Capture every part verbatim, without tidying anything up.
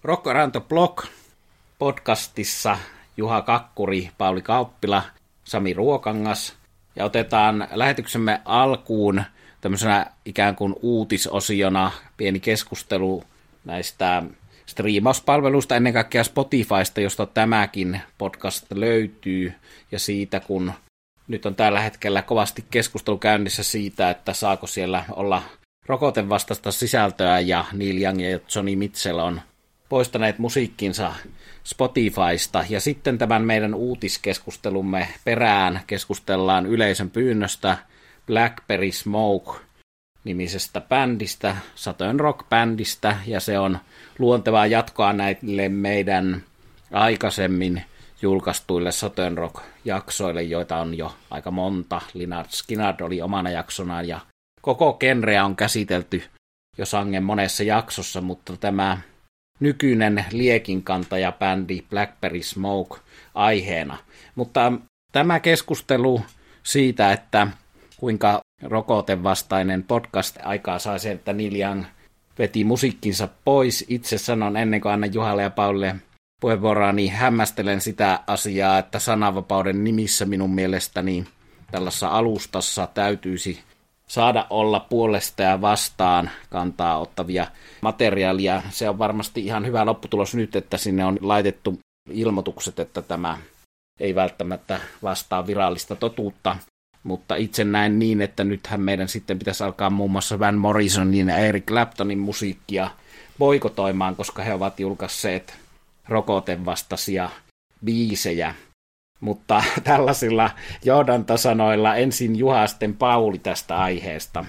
Rock Around the Block podcastissa Juha Kakkuri, Pauli Kauppila, Sami Ruokangas. Ja otetaan lähetyksemme alkuun tämmöisenä ikään kuin uutisosiona pieni keskustelu näistä striimauspalveluista, ennen kaikkea Spotifysta, josta tämäkin podcast löytyy, ja siitä, kun nyt on tällä hetkellä kovasti keskustelu käynnissä siitä, että saako siellä olla rokotevastaista sisältöä, ja Neil Young ja Joni Mitchell on poistaneet musiikkinsa Spotifysta. Ja sitten tämän meidän uutiskeskustelumme perään keskustellaan yleisön pyynnöstä Blackberry Smoke-nimisestä bändistä, Southern Rock-bändistä, ja se on luontevaa jatkoa näille meidän aikaisemmin julkaistuille Southern Rock-jaksoille, joita on jo aika monta. Lynyrd Skynyrd oli omana jaksonaan, ja koko genreä on käsitelty jo sangen monessa jaksossa, mutta tämä nykyinen liekinkantaja bändi Blackberry Smoke aiheena. Mutta tämä keskustelu siitä, että kuinka rokotevastainen podcast aikaa sai sen, että Neil Young veti musiikkinsa pois. Itse sanon ennen kuin annan Juhalle ja Paulille puheenvuoroa, niin hämmästelen sitä asiaa, että sananvapauden nimissä minun mielestäni tällaisessa alustassa täytyisi saada olla puolesta ja vastaan kantaa ottavia materiaalia. Se on varmasti ihan hyvä lopputulos nyt, että sinne on laitettu ilmoitukset, että tämä ei välttämättä vastaa virallista totuutta. Mutta itse näen niin, että nythän meidän sitten pitäisi alkaa muun muassa Van Morrisonin ja Eric Claptonin musiikkia boikotoimaan, koska he ovat julkaisseet rokotevastaisia biisejä. Mutta tällaisilla johdantosanoilla ensin Juha, sitten Pauli tästä aiheesta.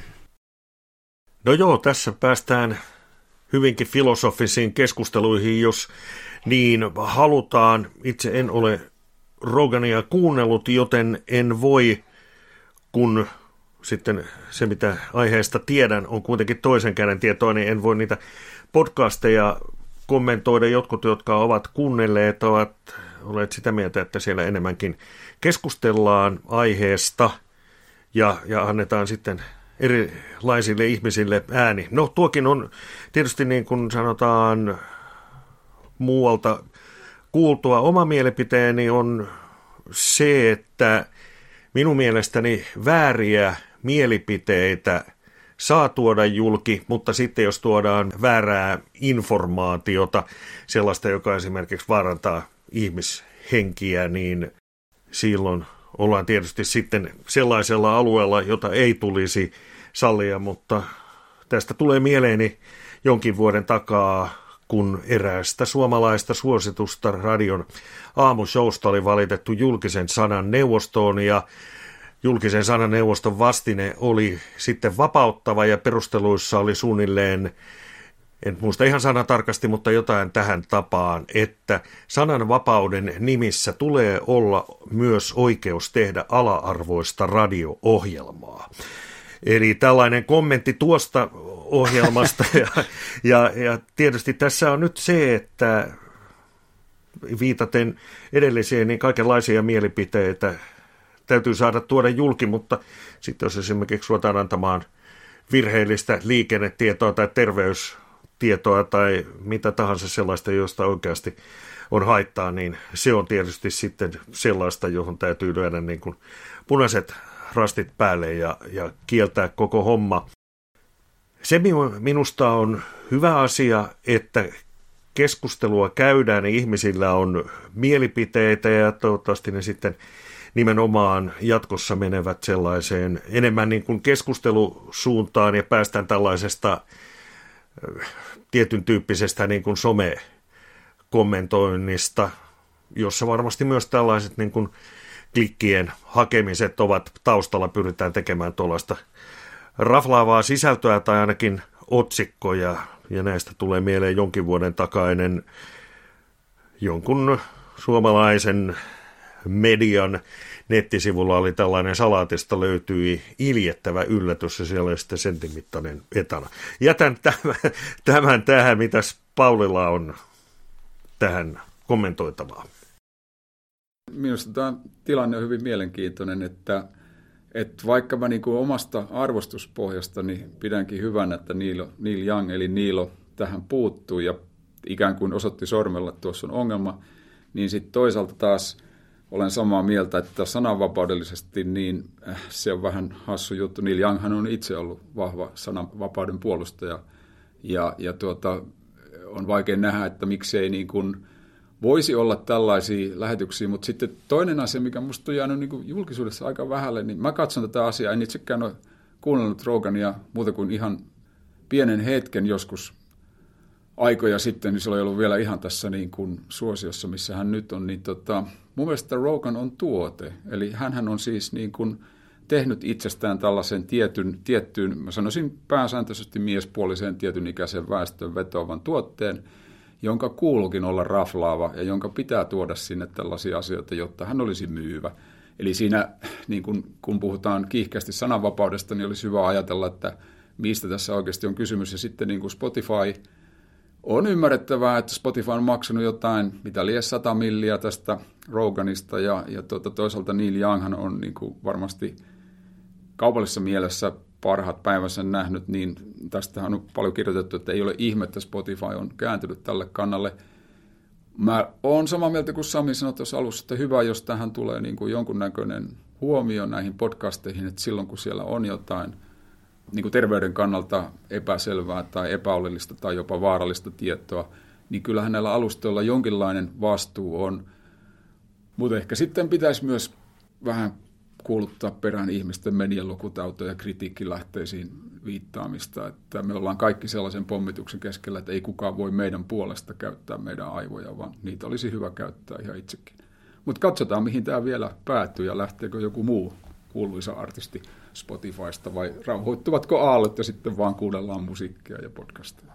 No joo, tässä päästään hyvinkin filosofisiin keskusteluihin, jos niin halutaan. Itse en ole Rogania kuunnellut, joten en voi, kun sitten se, mitä aiheesta tiedän, on kuitenkin toisen käden tietoa, niin en voi niitä podcasteja kommentoida. Jotkut, jotka ovat kuunnelleet, ovat olleet sitä mieltä, että siellä enemmänkin keskustellaan aiheesta ja, ja annetaan sitten erilaisille ihmisille ääni. No tuokin on tietysti niin kuin sanotaan muualta kuultua. Oma mielipiteeni on se, että minun mielestäni vääriä mielipiteitä saa tuoda julki, mutta sitten jos tuodaan väärää informaatiota, sellaista, joka esimerkiksi vaarantaa ihmishenkiä, niin silloin ollaan tietysti sitten sellaisella alueella, jota ei tulisi sallia, mutta tästä tulee mieleeni jonkin vuoden takaa, kun eräästä suomalaista suositusta radion aamushowsta oli valitettu julkisen sanan neuvostoon, ja julkisen sanan neuvoston vastine oli sitten vapauttava, ja perusteluissa oli suunnilleen, en muista ihan sanatarkasti, mutta jotain tähän tapaan, että sananvapauden nimissä tulee olla myös oikeus tehdä ala-arvoista radio-ohjelmaa. Eli tällainen kommentti tuosta ohjelmasta, ja, ja, ja tietysti tässä on nyt se, että viitaten edelliseen, niin kaikenlaisia mielipiteitä täytyy saada tuoda julki, mutta sitten jos esimerkiksi ruvetaan antamaan virheellistä liikennetietoa tai terveystietoa tai mitä tahansa sellaista, josta oikeasti on haittaa, niin se on tietysti sitten sellaista, johon täytyy lyödä niin kuin punaiset rastit päälle ja, ja kieltää koko homma. Se minusta on hyvä asia, että keskustelua käydään ja ihmisillä on mielipiteitä, ja toivottavasti ne sitten nimenomaan jatkossa menevät sellaiseen enemmän niin kuin keskustelusuuntaan ja päästään tällaisesta tietyn tyyppisestä niin kuin some-kommentoinnista, jossa varmasti myös tällaiset niin kuin klikkien hakemiset ovat taustalla, pyritään tekemään tuollaista raflaavaa sisältöä tai ainakin otsikkoja, ja näistä tulee mieleen jonkin vuoden takainen jonkun suomalaisen median nettisivulla oli tällainen salaatista löytyi iljettävä yllätys, ja siellä oli sitten sentin mittainen etana. Jätän tämän, tämän tähän, mitäs Paulilla on tähän kommentoitavaa. Minusta tämä tilanne on hyvin mielenkiintoinen, että, että vaikka mä niin kuin omasta arvostuspohjastani pidänkin hyvänä, että Neil, Neil Young eli Niilo tähän puuttuu ja ikään kuin osoitti sormella, että tuossa on ongelma, niin sitten toisaalta taas olen samaa mieltä, että sananvapaudellisesti niin se on vähän hassu juttu. Neil Younghan on itse ollut vahva sananvapauden puolustaja, ja, ja tuota, on vaikea nähdä, että miksei niin kuin voisi olla tällaisia lähetyksiä, mutta sitten toinen asia, mikä minusta on jäänyt niin kuin julkisuudessa aika vähälle, niin mä katson tätä asiaa, en itsekään ole kuunnellut Rogania muuta kuin ihan pienen hetken joskus aikoja sitten, niin se oli ollut vielä ihan tässä niin kuin suosiossa, missä hän nyt on, niin tota, mun mielestä Rogan on tuote, eli hänhän on siis niin kuin tehnyt itsestään tällaisen tietyn, tiettyyn, mä sanoisin pääsääntöisesti miespuoliseen tietyn ikäisen väestön vetoavan tuotteen, jonka kuuluukin olla raflaava ja jonka pitää tuoda sinne tällaisia asioita, jotta hän olisi myyvä. Eli siinä, niin kun, kun puhutaan kiihkeästi sananvapaudesta, niin olisi hyvä ajatella, että mistä tässä oikeasti on kysymys. Ja sitten niin kuin Spotify on ymmärrettävää, että Spotify on maksanut jotain, mitä liian sata milliä tästä Roganista, ja, ja tuota, toisaalta Neil Younghan on niin kuin varmasti kaupallisessa mielessä parhaat päivänsä nähnyt, niin tästähän on paljon kirjoitettu, että ei ole ihme, että Spotify on kääntynyt tälle kannalle. Mä oon samaa mieltä kuin Sami sanoi tuossa alussa, että hyvä, jos tähän tulee niin kuin jonkunnäköinen huomio näihin podcasteihin, että silloin kun siellä on jotain niin kuin terveyden kannalta epäselvää tai epäolellista tai jopa vaarallista tietoa, niin kyllähän näillä alustoilla jonkinlainen vastuu on. Mutta ehkä sitten pitäisi myös vähän kuuluttaa perään ihmisten medialukutaitoja ja kritiikkilähteisiin viittaamista, että me ollaan kaikki sellaisen pommituksen keskellä, että ei kukaan voi meidän puolesta käyttää meidän aivoja, vaan niitä olisi hyvä käyttää ihan itsekin. Mutta katsotaan, mihin tämä vielä päättyy ja lähteekö joku muu kuuluisa artisti Spotifysta vai rauhoittuvatko aallot ja sitten vaan kuunnellaan musiikkia ja podcasteja.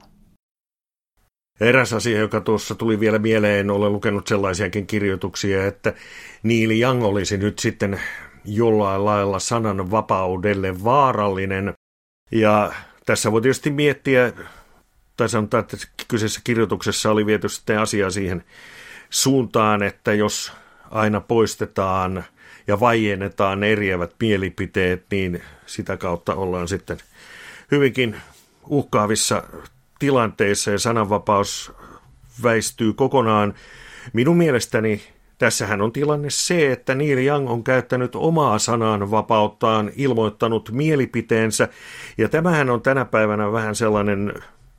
Eräs asia, joka tuossa tuli vielä mieleen, olen lukenut sellaisiakin kirjoituksia, että Neil Young olisi nyt sitten jollain lailla sananvapaudelle vaarallinen. Ja tässä voi tietysti miettiä, tai sanotaan, että kyseisessä kirjoituksessa oli viety sitten asiaa siihen suuntaan, että jos aina poistetaan ja vaiennetaan eriävät mielipiteet, niin sitä kautta ollaan sitten hyvinkin uhkaavissa tilanteissa ja sananvapaus väistyy kokonaan. Minun mielestäni tässähän on tilanne se, että Neil Young on käyttänyt omaa sananvapauttaan, ilmoittanut mielipiteensä, ja tämähän on tänä päivänä vähän sellainen,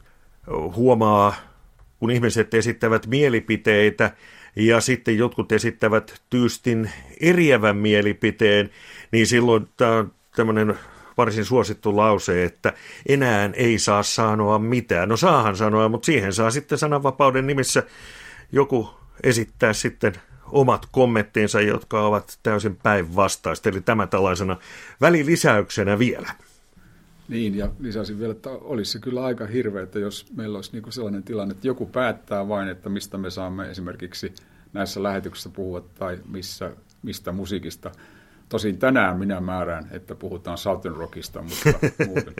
huomaa, kun ihmiset esittävät mielipiteitä, ja sitten jotkut esittävät tyystin eriävän mielipiteen, niin silloin tämä on tämmöinen varsin suosittu lause, että enää ei saa sanoa mitään. No saahan sanoa, mutta siihen saa sitten sananvapauden nimissä joku esittää sitten omat kommenttinsa, jotka ovat täysin päinvastaista. Eli tämä tällaisena välilisäyksenä vielä. Niin, ja lisäsin vielä, että olisi se kyllä aika hirveä, että jos meillä olisi niin kuin sellainen tilanne, että joku päättää vain, että mistä me saamme esimerkiksi näissä lähetyksissä puhua tai missä, mistä musiikista. Tosin tänään minä määrään, että puhutaan Southern Rockista, mutta muuten.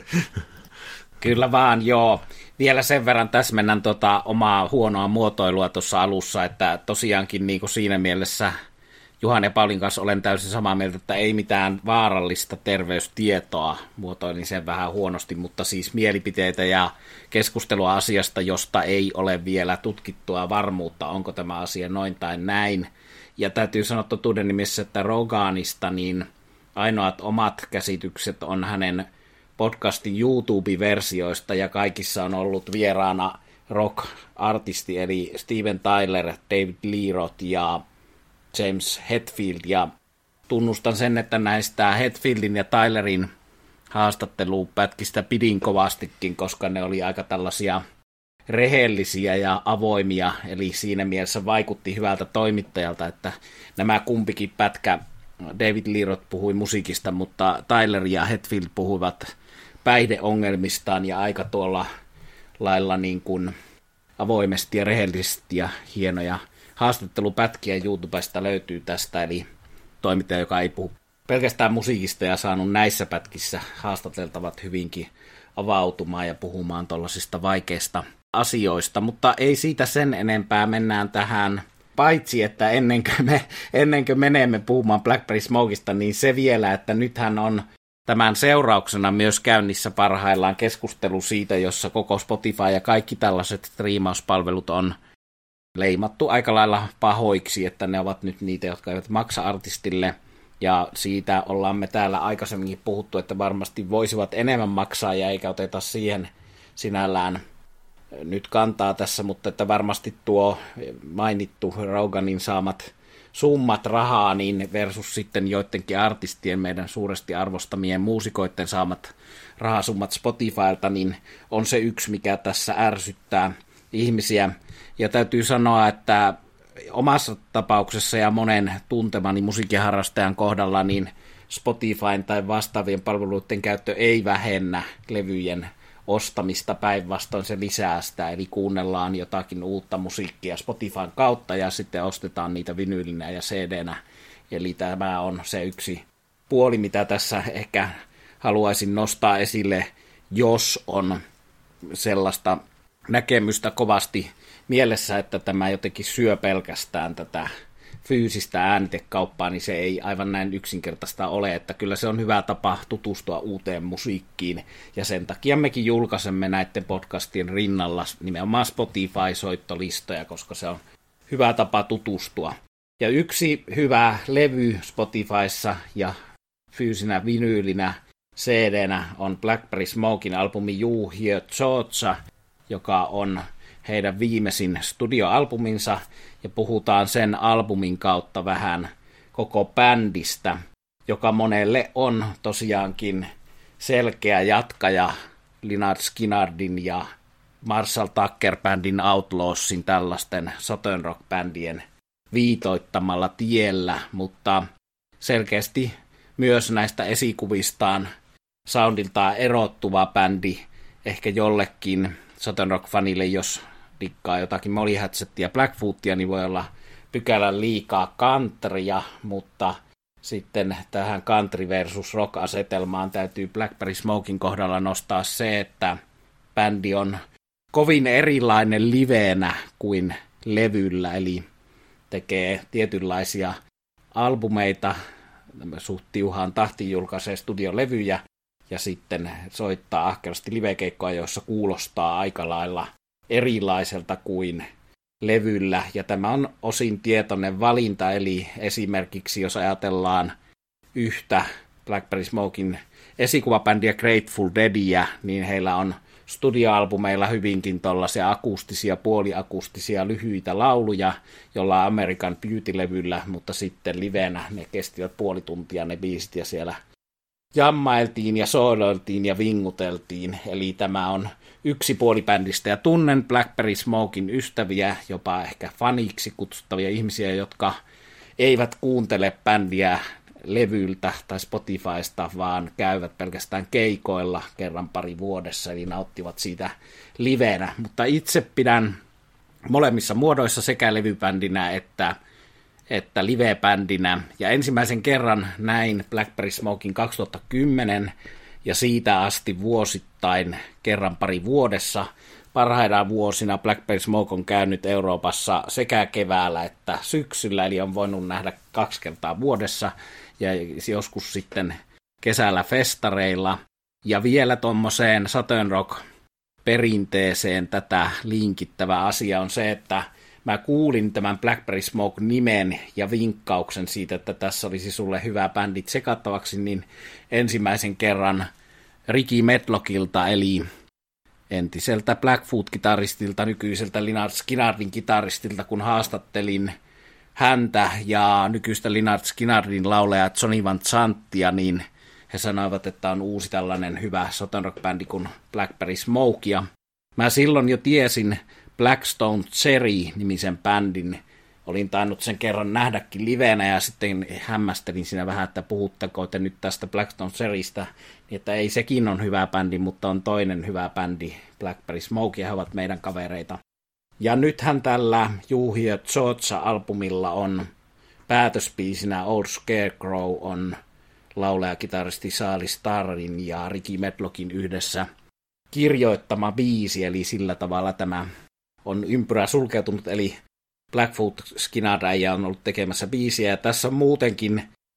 Kyllä vaan, joo. Vielä sen verran täsmennän tota omaa huonoa muotoilua tuossa alussa, että tosiaankin niin kuin siinä mielessä Juhan ja Paulin kanssa olen täysin samaa mieltä, että ei mitään vaarallista terveystietoa, muotoilin sen vähän huonosti, mutta siis mielipiteitä ja keskustelua asiasta, josta ei ole vielä tutkittua varmuutta, onko tämä asia noin tai näin. Ja täytyy sanoa totuuden nimissä, että Roganista niin ainoat omat käsitykset on hänen podcastin YouTube-versioista, ja kaikissa on ollut vieraana rock-artisti, eli Steven Tyler, David Lee Roth ja James Hetfield, ja tunnustan sen, että näistä Hetfieldin ja Tylerin haastattelupätkistä pidin kovastikin, koska ne oli aika tällaisia rehellisiä ja avoimia, eli siinä mielessä vaikutti hyvältä toimittajalta, että nämä kumpikin pätkä, David Lee Roth puhui musiikista, mutta Tyler ja Hetfield puhuivat päihdeongelmistaan ja aika tuolla lailla niin kuin avoimesti ja rehellisesti, ja hienoja haastattelupätkiä YouTubesta löytyy tästä, eli toimittaja, joka ei puhu pelkästään musiikista ja saanut näissä pätkissä haastateltavat hyvinkin avautumaan ja puhumaan tuollaisista vaikeista asioista, mutta ei siitä sen enempää, mennään tähän, paitsi että ennen kuin, me, ennen kuin menemme puhumaan Blackberry Smokeista, niin se vielä, että nythän on tämän seurauksena myös käynnissä parhaillaan keskustelu siitä, jossa koko Spotify ja kaikki tällaiset striimauspalvelut on leimattu aika lailla pahoiksi, että ne ovat nyt niitä, jotka eivät maksa artistille. Ja siitä ollaan me täällä aikaisemminkin puhuttu, että varmasti voisivat enemmän maksaa ja eikä oteta siihen sinällään nyt kantaa tässä, mutta että varmasti tuo mainittu Roganin saamat summat rahaa niin versus sitten joidenkin artistien, meidän suuresti arvostamien muusikoiden saamat rahasummat Spotifylta, niin on se yksi, mikä tässä ärsyttää ihmisiä. Ja täytyy sanoa, että omassa tapauksessa ja monen tuntemani musiikinharrastajan kohdalla, niin Spotifyn tai vastaavien palveluiden käyttö ei vähennä levyjen ostamista, päinvastoin se lisää sitä, eli kuunnellaan jotakin uutta musiikkia Spotifyn kautta ja sitten ostetaan niitä vinyylinä ja C D-nä. Eli tämä on se yksi puoli, mitä tässä ehkä haluaisin nostaa esille, jos on sellaista näkemystä kovasti mielessä, että tämä jotenkin syö pelkästään tätä fyysistä äänitekauppaa, niin se ei aivan näin yksinkertaista ole, että kyllä se on hyvä tapa tutustua uuteen musiikkiin, ja sen takia mekin julkaisemme näiden podcastien rinnalla nimenomaan Spotify-soittolistoja, koska se on hyvä tapa tutustua. Ja yksi hyvä levy Spotifyssa ja fyysinä vinyylinä C D-nä on Blackberry Smokein albumi You Hear Georgia, joka on heidän viimeisin studioalbuminsa, ja puhutaan sen albumin kautta vähän koko bändistä, joka monelle on tosiaankin selkeä jatkaja Lynyrd Skynyrdin ja Marshall Tucker-bändin Outlawsin tällaisten Southern Rock-bändien viitoittamalla tiellä, mutta selkeästi myös näistä esikuvistaan soundiltaan erottuva bändi ehkä jollekin Southern Rock-fanille, jos dikkaa jotakin Molly Hatchettia ja Blackfootia, niin voi olla pykälän liikaa countrya, mutta sitten tähän country versus rock-asetelmaan täytyy Blackberry Smokein kohdalla nostaa se, että bändi on kovin erilainen liveenä kuin levyllä, eli tekee tietynlaisia albumeita, suht tiuhaan tahtiin julkaisee studiolevyjä, ja sitten soittaa ahkerasti livekeikkoja, joissa kuulostaa aika lailla erilaiselta kuin levyllä, ja tämä on osin tietoinen valinta, eli esimerkiksi jos ajatellaan yhtä Blackberry Smokein esikuvabändiä Grateful Deadia, niin heillä on studioalbumeilla hyvinkin tuollaisia akustisia, puoliakustisia, lyhyitä lauluja, jolla on American Beauty-levyllä, mutta sitten livenä ne kestivät puoli tuntia ne biisit, ja siellä jammailtiin ja sooloiltiin ja vinguteltiin, eli tämä on yksi puoli bändistä, ja tunnen Blackberry Smokein ystäviä, jopa ehkä faniksi kutsuttavia ihmisiä, jotka eivät kuuntele bändiä levyltä tai Spotifysta, vaan käyvät pelkästään keikoilla kerran pari vuodessa, eli nauttivat siitä livenä, mutta itse pidän molemmissa muodoissa sekä levybändinä että että live-bändinä, ja ensimmäisen kerran näin Blackberry Smokein kaksituhattakymmenen, ja siitä asti vuosittain kerran pari vuodessa. Parhaina vuosina Blackberry Smoke on käynyt Euroopassa sekä keväällä että syksyllä, eli on voinut nähdä kaksi kertaa vuodessa, ja joskus sitten kesällä festareilla. Ja vielä tuommoiseen Southern Rock-perinteeseen tätä linkittävä asia on se, että mä kuulin tämän Blackberry Smoke-nimen ja vinkkauksen siitä, että tässä olisi sulle hyvä bändit sekattavaksi, niin ensimmäisen kerran Ricky Medlockilta, eli entiseltä Blackfoot-kitaristilta, nykyiseltä Lynyrd Skynyrdin kitaristilta, kun haastattelin häntä ja nykyistä Lynyrd Skynyrdin laulajaa Johnny Van Zanttia, niin he sanoivat, että on uusi tällainen hyvä Southern Rock-bändi kuin Blackberry Smoke, ja mä silloin jo tiesin Blackstone Cherry-nimisen bändin. Olin tainnut sen kerran nähdäkin livenä ja sitten hämmästelin siinä vähän, että puhutteko te nyt tästä Blackstone Cherrystä, niin että ei sekin on hyvä bändi, mutta on toinen hyvä bändi, Blackberry Smoke, ja he ovat meidän kavereita. Ja nythän tällä You Hear Georgia-albumilla on päätösbiisinä Old Scarecrow on laulajakitaristi Sally Starrin ja Ricky Medlockin yhdessä kirjoittama biisi, eli sillä tavalla tämä on ympyrä sulkeutunut, eli Blackfoot Skynyrd on ollut tekemässä biisiä, ja tässä on muutenkin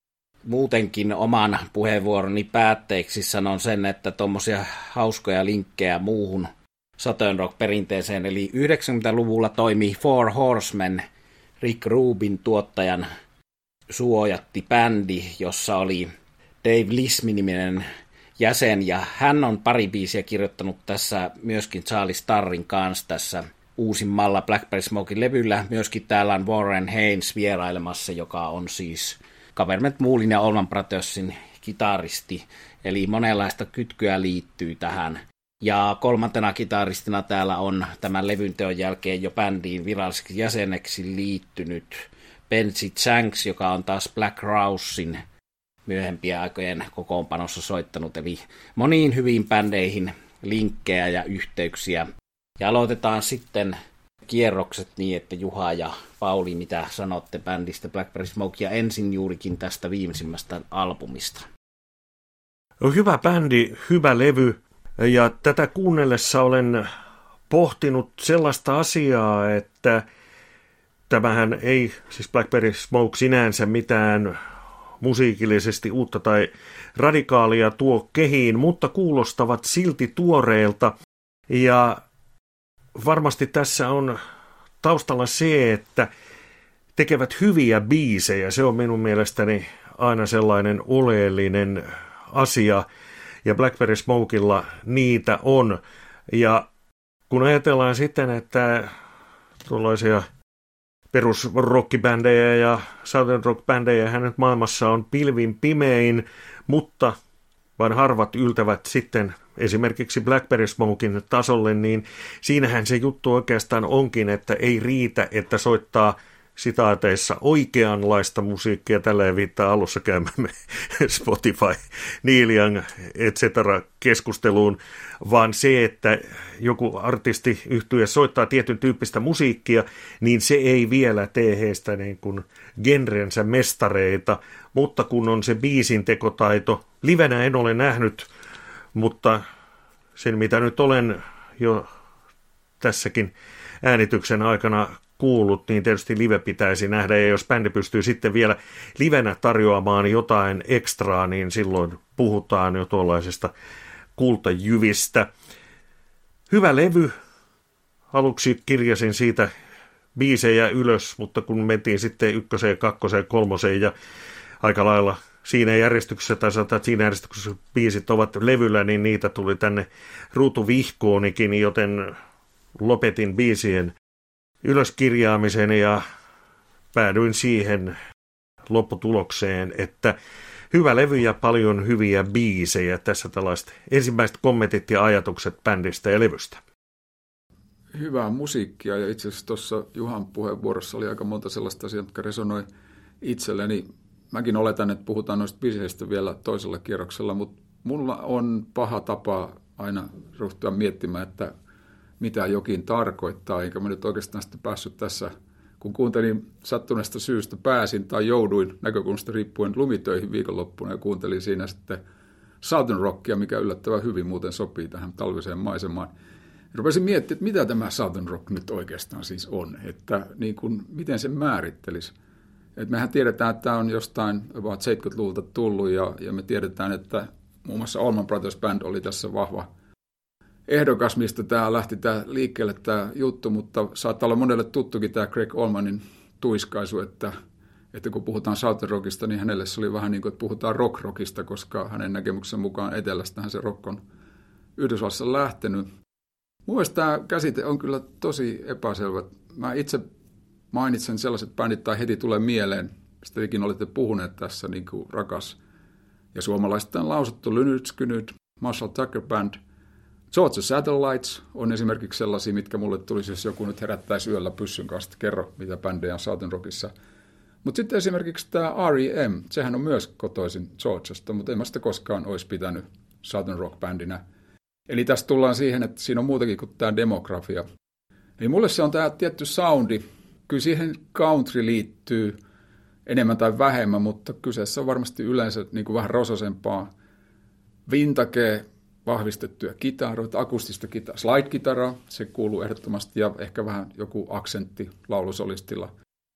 muutenkin oman puheenvuoroni päätteeksi sanon sen, että tuommoisia hauskoja linkkejä muuhun Southern Rock-perinteeseen, eli yhdeksänkymmentäluvulla toimi Four Horsemen, Rick Rubin tuottajan suojatti bändi, jossa oli Dave Lismi-niminen jäsen, ja hän on pari biisiä kirjoittanut tässä myöskin Charlie Starrin kanssa tässä uusimmalla Blackberry Smokein levyllä. Myöskin täällä on Warren Haynes vierailemassa, joka on siis Government Moolin ja Allman Brothersin kitaristi, eli monenlaista kytkyä liittyy tähän. Ja kolmantena kitaristina täällä on tämän levyn teon jälkeen jo bändiin viralliseksi jäseneksi liittynyt Benji Shanks, joka on taas Black Rousein myöhempien aikojen kokoonpanossa soittanut, eli moniin hyviin bändeihin linkkejä ja yhteyksiä. Ja aloitetaan sitten kierrokset niin, että Juha ja Pauli, mitä sanotte bändistä Blackberry Smoke, ja ensin juurikin tästä viimeisimmästä albumista. Hyvä bändi, hyvä levy, ja tätä kuunnellessa olen pohtinut sellaista asiaa, että tämähän ei, siis Blackberry Smoke sinänsä mitään musiikillisesti uutta tai radikaalia tuo kehiin, mutta kuulostavat silti tuoreelta. Ja varmasti tässä on taustalla se, että tekevät hyviä biisejä. Se on minun mielestäni aina sellainen oleellinen asia, ja Blackberry Smokella niitä on. Ja kun ajatellaan sitten, että tuollaisia perusrockibändejä ja Southern Rock-bändejä hänet maailmassa on pilvin pimein, mutta vain harvat yltävät sitten esimerkiksi Blackberry Smokein tasolle, niin siinähän se juttu oikeastaan onkin, että ei riitä, että soittaa sitaateissa oikeanlaista musiikkia, tällä ei viittaa alussa käymämme Spotify, Neil Young, et cetera keskusteluun, vaan se, että joku artisti yhtye soittaa tietyn tyyppistä musiikkia, niin se ei vielä tee heistä niin kuin genrensä mestareita, mutta kun on se biisin tekotaito, livenä en ole nähnyt, mutta sen mitä nyt olen jo tässäkin äänityksen aikana kuullut, niin tietysti live pitäisi nähdä, ja jos bändi pystyy sitten vielä livenä tarjoamaan jotain ekstraa, niin silloin puhutaan jo tuollaisesta kultajyvistä. Hyvä levy. Aluksi kirjasin siitä biisejä ylös, mutta kun mentiin sitten ykköseen, kakkoseen, kolmoseen ja aika lailla siinä järjestyksessä, tai sanotaan, että siinä järjestyksessä biisit ovat levyllä, niin niitä tuli tänne ruutuvihkoonikin, joten lopetin biisien ylöskirjaamisen ja päädyin siihen lopputulokseen, että hyvä levy ja paljon hyviä biisejä. Tässä tällaiset ensimmäiset kommentit ja ajatukset bändistä ja levystä. Hyvää musiikkia, ja itse asiassa tuossa Juhan puheenvuorossa oli aika monta sellaista asiaa, jotka resonoi itselleni. Mäkin oletan, että puhutaan noista biiseistä vielä toisella kierroksella, mutta mulla on paha tapa aina ryhtyä miettimään, että mitä jokin tarkoittaa, enkä mä nyt oikeastaan sitten päässyt tässä, kun kuuntelin sattuneesta syystä, pääsin tai jouduin näkökulmasta riippuen lumitöihin viikonloppuna ja kuuntelin siinä sitten Southern Rockia, mikä yllättävän hyvin muuten sopii tähän talviseen maisemaan. Rupesin miettimään, että mitä tämä Southern Rock nyt oikeastaan siis on, että niin kuin, miten se määrittelisi. Et mehän tiedetään, että tämä on jostain about seitsemänkymmentäluvulta tullut, ja, ja me tiedetään, että muun muassa Allman Brothers Band oli tässä vahva ehdokas, mistä tämä lähti tämä liikkeelle tämä juttu, mutta saattaa olla monelle tuttukin tämä Greg Allmanin tuiskaisu, että, että kun puhutaan Southern Rockista, niin hänelle se oli vähän niin kuin, että puhutaan rock-rockista, koska hänen näkemyksen mukaan etelästähän se rock on Yhdysvallassa lähtenyt. Mun mielestä tämä käsite on kyllä tosi epäselvä. Mä itse mainitsen sellaiset bändit, tai heti tulee mieleen, mistä tekin olette puhuneet tässä, niin kuin rakas ja suomalaistaan lausuttu Lynyrd Skynyrd, Marshall Tucker Band. Georgia Satellites on esimerkiksi sellaisia, mitkä mulle tulisi, jos joku nyt herättäisi yöllä pyssyn kanssa, että kerro, mitä bändejä on Southern Rockissa. Mutta sitten esimerkiksi tämä R E M, sehän on myös kotoisin Georgiasta, mutta en mä sitä koskaan olisi pitänyt Southern Rock-bändinä. Eli tässä tullaan siihen, että siinä on muutakin kuin tämä demografia. Eli mulle se on tämä tietty soundi. Kyllä siihen country liittyy enemmän tai vähemmän, mutta kyseessä on varmasti yleensä niin kuin vähän rososempaa vintage, vahvistettuja kitaroita, akustista kitaraa, slide-kitaraa, se kuuluu ehdottomasti, ja ehkä vähän joku aksentti laulusolistilla.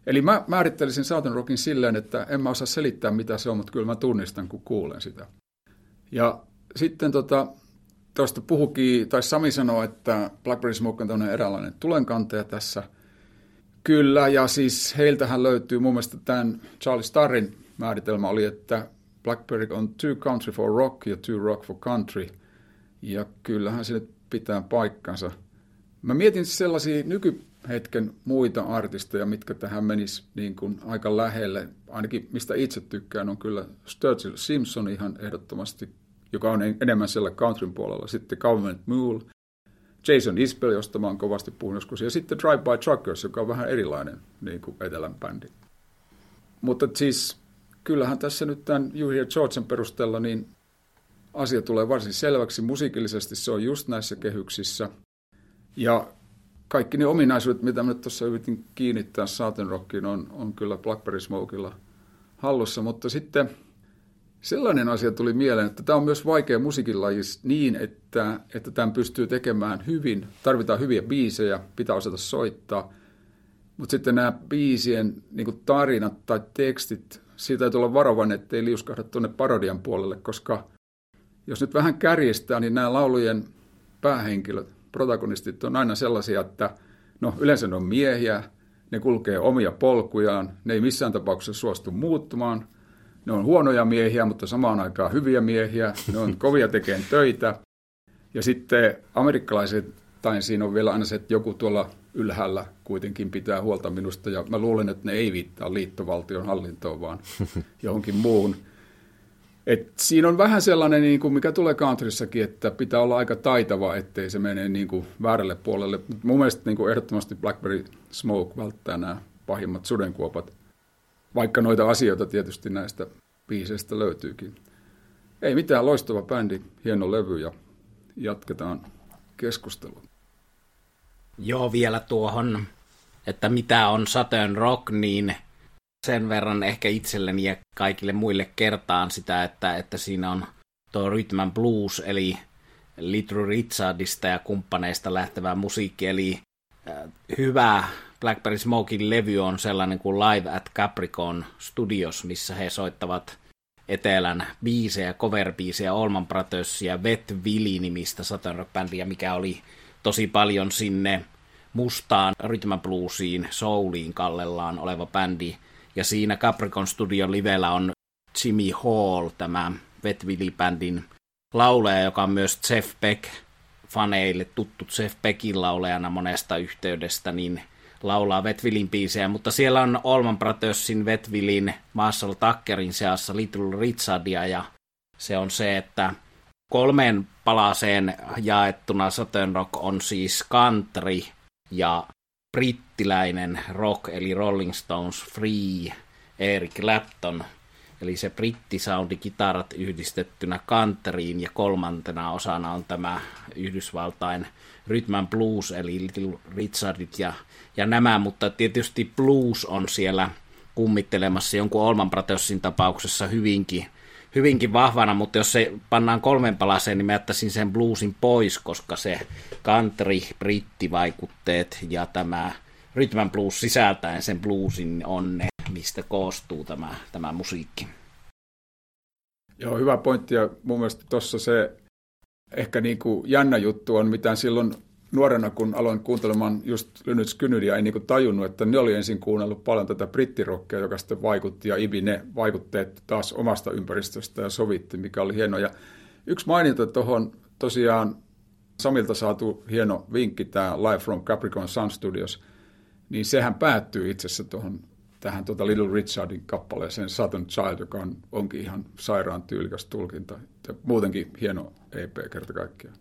Eli mä määrittelisin Southern Rockin silleen, että en mä osaa selittää, mitä se on, mutta kyllä mä tunnistan, kun kuulen sitä. Ja sitten tota, tuosta puhukin, tai Sami sanoi, että Blackberry Smoke on tämmöinen eräänlainen tulenkantaja tässä. Kyllä, ja siis heiltähän löytyy, mun mielestä tämän Charlie Starrin määritelmä oli, että Blackberry on too country for rock ja too rock for country. Ja kyllähän se nyt pitää paikkansa. Mä mietin sellaisia nykyhetken muita artisteja, mitkä tähän menis niin kuin aika lähelle. Ainakin mistä itse tykkään on kyllä Sturgill Simpson ihan ehdottomasti, joka on enemmän siellä countryn puolella. Sitten Government Mule, Jason Isbell, josta mä oon kovasti puhunut joskus. Ja sitten Drive By Truckers, joka on vähän erilainen niin kuin etelän bändi. Mutta siis kyllähän tässä nyt tämän You Hear Georgen perusteella niin asia tulee varsin selväksi. Musiikillisesti se on just näissä kehyksissä. Ja kaikki ne ominaisuudet, mitä mä nyt tuossa yritin kiinnittää Southern Rockiin, on, on kyllä Blackberry Smokella hallussa. Mutta sitten sellainen asia tuli mieleen, että tämä on myös vaikea musiikinlajis niin, että, että tämän pystyy tekemään hyvin. Tarvitaan hyviä biisejä, pitää osata soittaa. Mutta sitten nämä biisien niin kuin tarinat tai tekstit, siitä täytyy olla varovainen, ettei liuskahda tuonne parodian puolelle, koska jos nyt vähän kärjistää, niin nämä laulujen päähenkilöt, protagonistit on aina sellaisia, että no yleensä ne on miehiä, ne kulkee omia polkujaan, ne ei missään tapauksessa suostu muuttumaan, ne on huonoja miehiä, mutta samaan aikaan hyviä miehiä, ne on kovia tekemään töitä. Ja sitten amerikkalaiset, tai siinä on vielä aina se, että joku tuolla ylhäällä kuitenkin pitää huolta minusta, ja mä luulen, että ne ei viittaa liittovaltion hallintoon, vaan johonkin muuhun. Et siinä on vähän sellainen, niin kuin mikä tulee countryssakin, että pitää olla aika taitava, ettei se mene niin kuin väärälle puolelle. Mun mielestä niin kuin ehdottomasti Blackberry Smoke välttää nämä pahimmat sudenkuopat, vaikka noita asioita tietysti näistä biiseistä löytyykin. Ei mitään, loistava bändi, hieno levy ja jatketaan keskustelua. Joo, vielä tuohon, että mitä on Southern Rock, niin sen verran ehkä itselleni ja kaikille muille kertaan sitä, että, että siinä on tuo rhythm and blues, eli Little Richardista ja kumppaneista lähtevä musiikki, eli äh, hyvä Blackberry Smokein levy on sellainen kuin Live at Capricorn Studios, missä he soittavat etelän biisejä, cover-biisejä, Allman Brothersia, Wet Willie-nimistä Southern Rock-bändiä, mikä oli tosi paljon sinne mustaan rhythm and bluesiin, souliin kallellaan oleva bändi. Ja siinä Capricorn Studion livellä on Jimmy Hall, tämä Wet Willie-bändin laulaja, joka on myös Jeff Beck-faneille tuttu Jeff Beckin laulajana monesta yhteydestä, niin laulaa Wet Willin biisejä, mutta siellä on Allman Brothersin, Wet Willin, Marshall Tuckerin seassa Little Richardia, ja se on se, että kolmeen palaseen jaettuna Southern Rock on siis country ja brittiläinen rock, eli Rolling Stones, Free, Eric Clapton, eli se brittisoundi kitarat yhdistettynä countryin, ja kolmantena osana on tämä Yhdysvaltain rhythm and blues, eli Little Richardit ja, ja nämä, mutta tietysti blues on siellä kummittelemassa jonkun Allman Brothersin tapauksessa hyvinkin, hyvinkin vahvana, mutta jos se pannaan kolmen palaseen, niin mä jättäisin sen bluesin pois, koska se country, brittivaikutteet ja tämä rhythm and blues sisältäen sen bluesin on ne, mistä koostuu tämä, tämä musiikki. Joo, hyvä pointti, ja mun mielestä tuossa se ehkä niin kuin jännä juttu on, mitä silloin nuorena, kun aloin kuuntelemaan just Lynyrd Skynyria, ei niin kuin tajunnut, että ne oli ensin kuunnellut paljon tätä brittirockia, joka sitten vaikutti ja ivi ne vaikutteet taas omasta ympäristöstä ja sovitti, mikä oli hienoa. Ja yksi maininta tuohon tosiaan Samilta saatu hieno vinkki, tämä Live from Capricorn Sun Studios, niin sehän päättyy itse asiassa tuohon tähän tuota Little Richardin kappaleeseen Southern Child, joka on, onkin ihan sairaan tyylikäs tulkinta. Ja muutenkin hieno E P kerta kaikkiaan.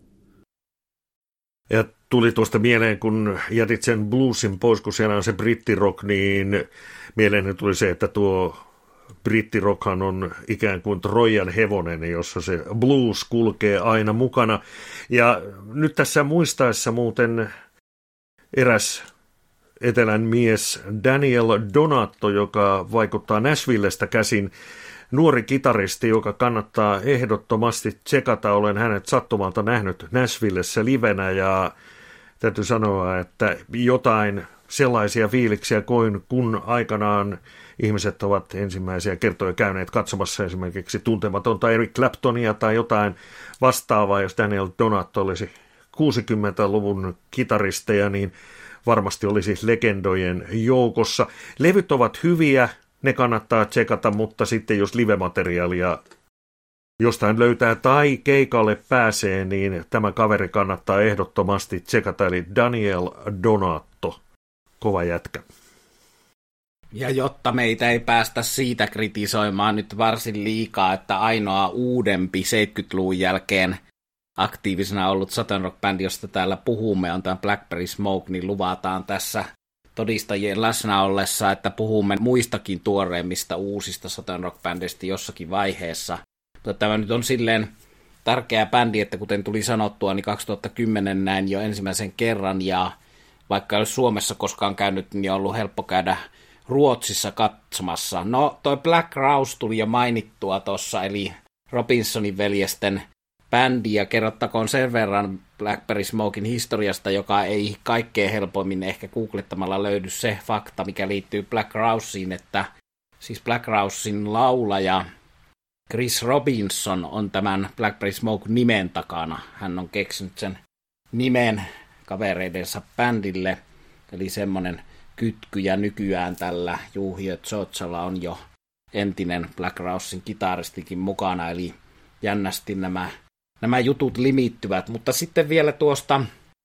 Ja tuli tuosta mieleen, kun jätit sen bluesin pois, kun siellä on se brittirock, niin mieleen tuli se, että tuo brittirockhan on ikään kuin Trojan hevonen, jossa se blues kulkee aina mukana. Ja nyt tässä muistaessa muuten eräs etelän mies Daniel Donato, joka vaikuttaa Nashvillestä käsin, nuori kitaristi, joka kannattaa ehdottomasti tsekata. Olen hänet sattumalta nähnyt Nashvillessä livenä ja täytyy sanoa, että jotain sellaisia fiiliksiä kuin kun aikanaan ihmiset ovat ensimmäisiä kertoja käyneet katsomassa esimerkiksi tuntematonta Eric Claptonia tai jotain vastaavaa, jos Daniel Donato olisi kuusikymmentäluvun kitaristeja, niin varmasti olisi legendojen joukossa. Levyt ovat hyviä, ne kannattaa tsekata, mutta sitten jos live-materiaalia jostain löytää tai keikalle pääsee, niin tämä kaveri kannattaa ehdottomasti tsekata, eli Daniel Donato, kova jätkä. Ja jotta meitä ei päästä siitä kritisoimaan nyt varsin liikaa, että ainoa uudempi seitsemänkymmentäluvun jälkeen aktiivisena ollut Southern Rock-bändi, josta täällä puhumme, on tämä Blackberry Smoke, niin luvataan tässä todistajien läsnä ollessa, että puhumme muistakin tuoreimmista uusista Southern Rock-bändeistä jossakin vaiheessa. Mutta tämä nyt on silleen tärkeä bändi, että kuten tuli sanottua, niin kaksituhattakymmenen näin jo ensimmäisen kerran, ja vaikka ei ole Suomessa koskaan käynyt, niin on ollut helppo käydä Ruotsissa katsomassa. No, toi Black Crowes tuli jo mainittua tuossa, eli Robinsonin veljesten bändi, ja kerrottakoon sen verran Blackberry Smoken historiasta, joka ei kaikkein helpoimmin ehkä googlettamalla löydy se fakta, mikä liittyy Black Crowesiin, että siis Black Crowesin laulaja Chris Robinson on tämän Blackberry Smoke nimen takana. Hän on keksinyt sen nimen kavereidensa bändille, eli semmoinen kytky, ja nykyään tällä Juhio Tsotsalla on jo entinen Black Crowesin kitaristikin mukana, eli jännästi nämä, nämä jutut limittyvät. Mutta sitten vielä tuosta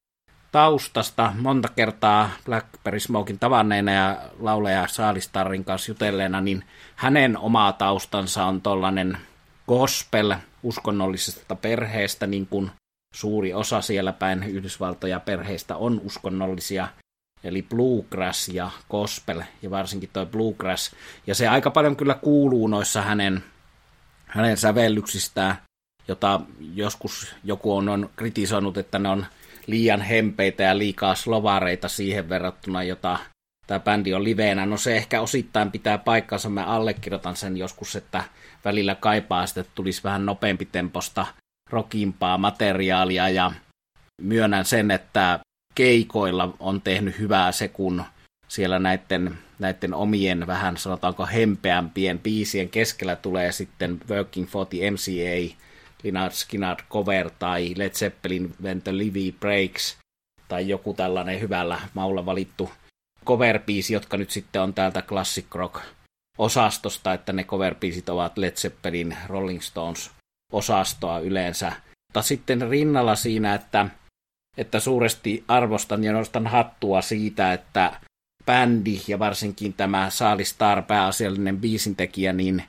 taustasta monta kertaa Blackberry Smoken tavanneena ja laulaja Saalistarrin kanssa jutelleena, niin hänen oma taustansa on tollainen gospel uskonnollisesta perheestä, niin kuin suuri osa siellä päin Yhdysvaltoja perheistä on uskonnollisia, eli bluegrass ja gospel, ja varsinkin toi bluegrass, ja se aika paljon kyllä kuuluu noissa hänen, hänen sävellyksistään, jota joskus joku on, on kritisoinut, että ne on liian hempeitä ja liikaa slovareita siihen verrattuna, jota tämä bändi on liveenä. No se ehkä osittain pitää paikkansa, mä allekirjoitan sen joskus, että välillä kaipaa sitä, että tulisi vähän nopeampi temposta rockimpaa materiaalia, ja myönnän sen, että keikoilla on tehnyt hyvää se, kun siellä näiden, näiden omien vähän sanotaanko hempeämpien biisien keskellä tulee sitten Working for the M C A, Lynyrd Skynyrd cover tai Led Zeppelin When the Levee Breaks tai joku tällainen hyvällä maulla valittu cover-biisi, jotka nyt sitten on täältä Classic Rock-osastosta, että ne cover-biisit ovat Led Zeppelin, Rolling Stones-osastoa yleensä. Mutta sitten rinnalla siinä, että, että suuresti arvostan ja nostan hattua siitä, että bändi ja varsinkin tämä Saali Starr, pääasiallinen biisintekijä, niin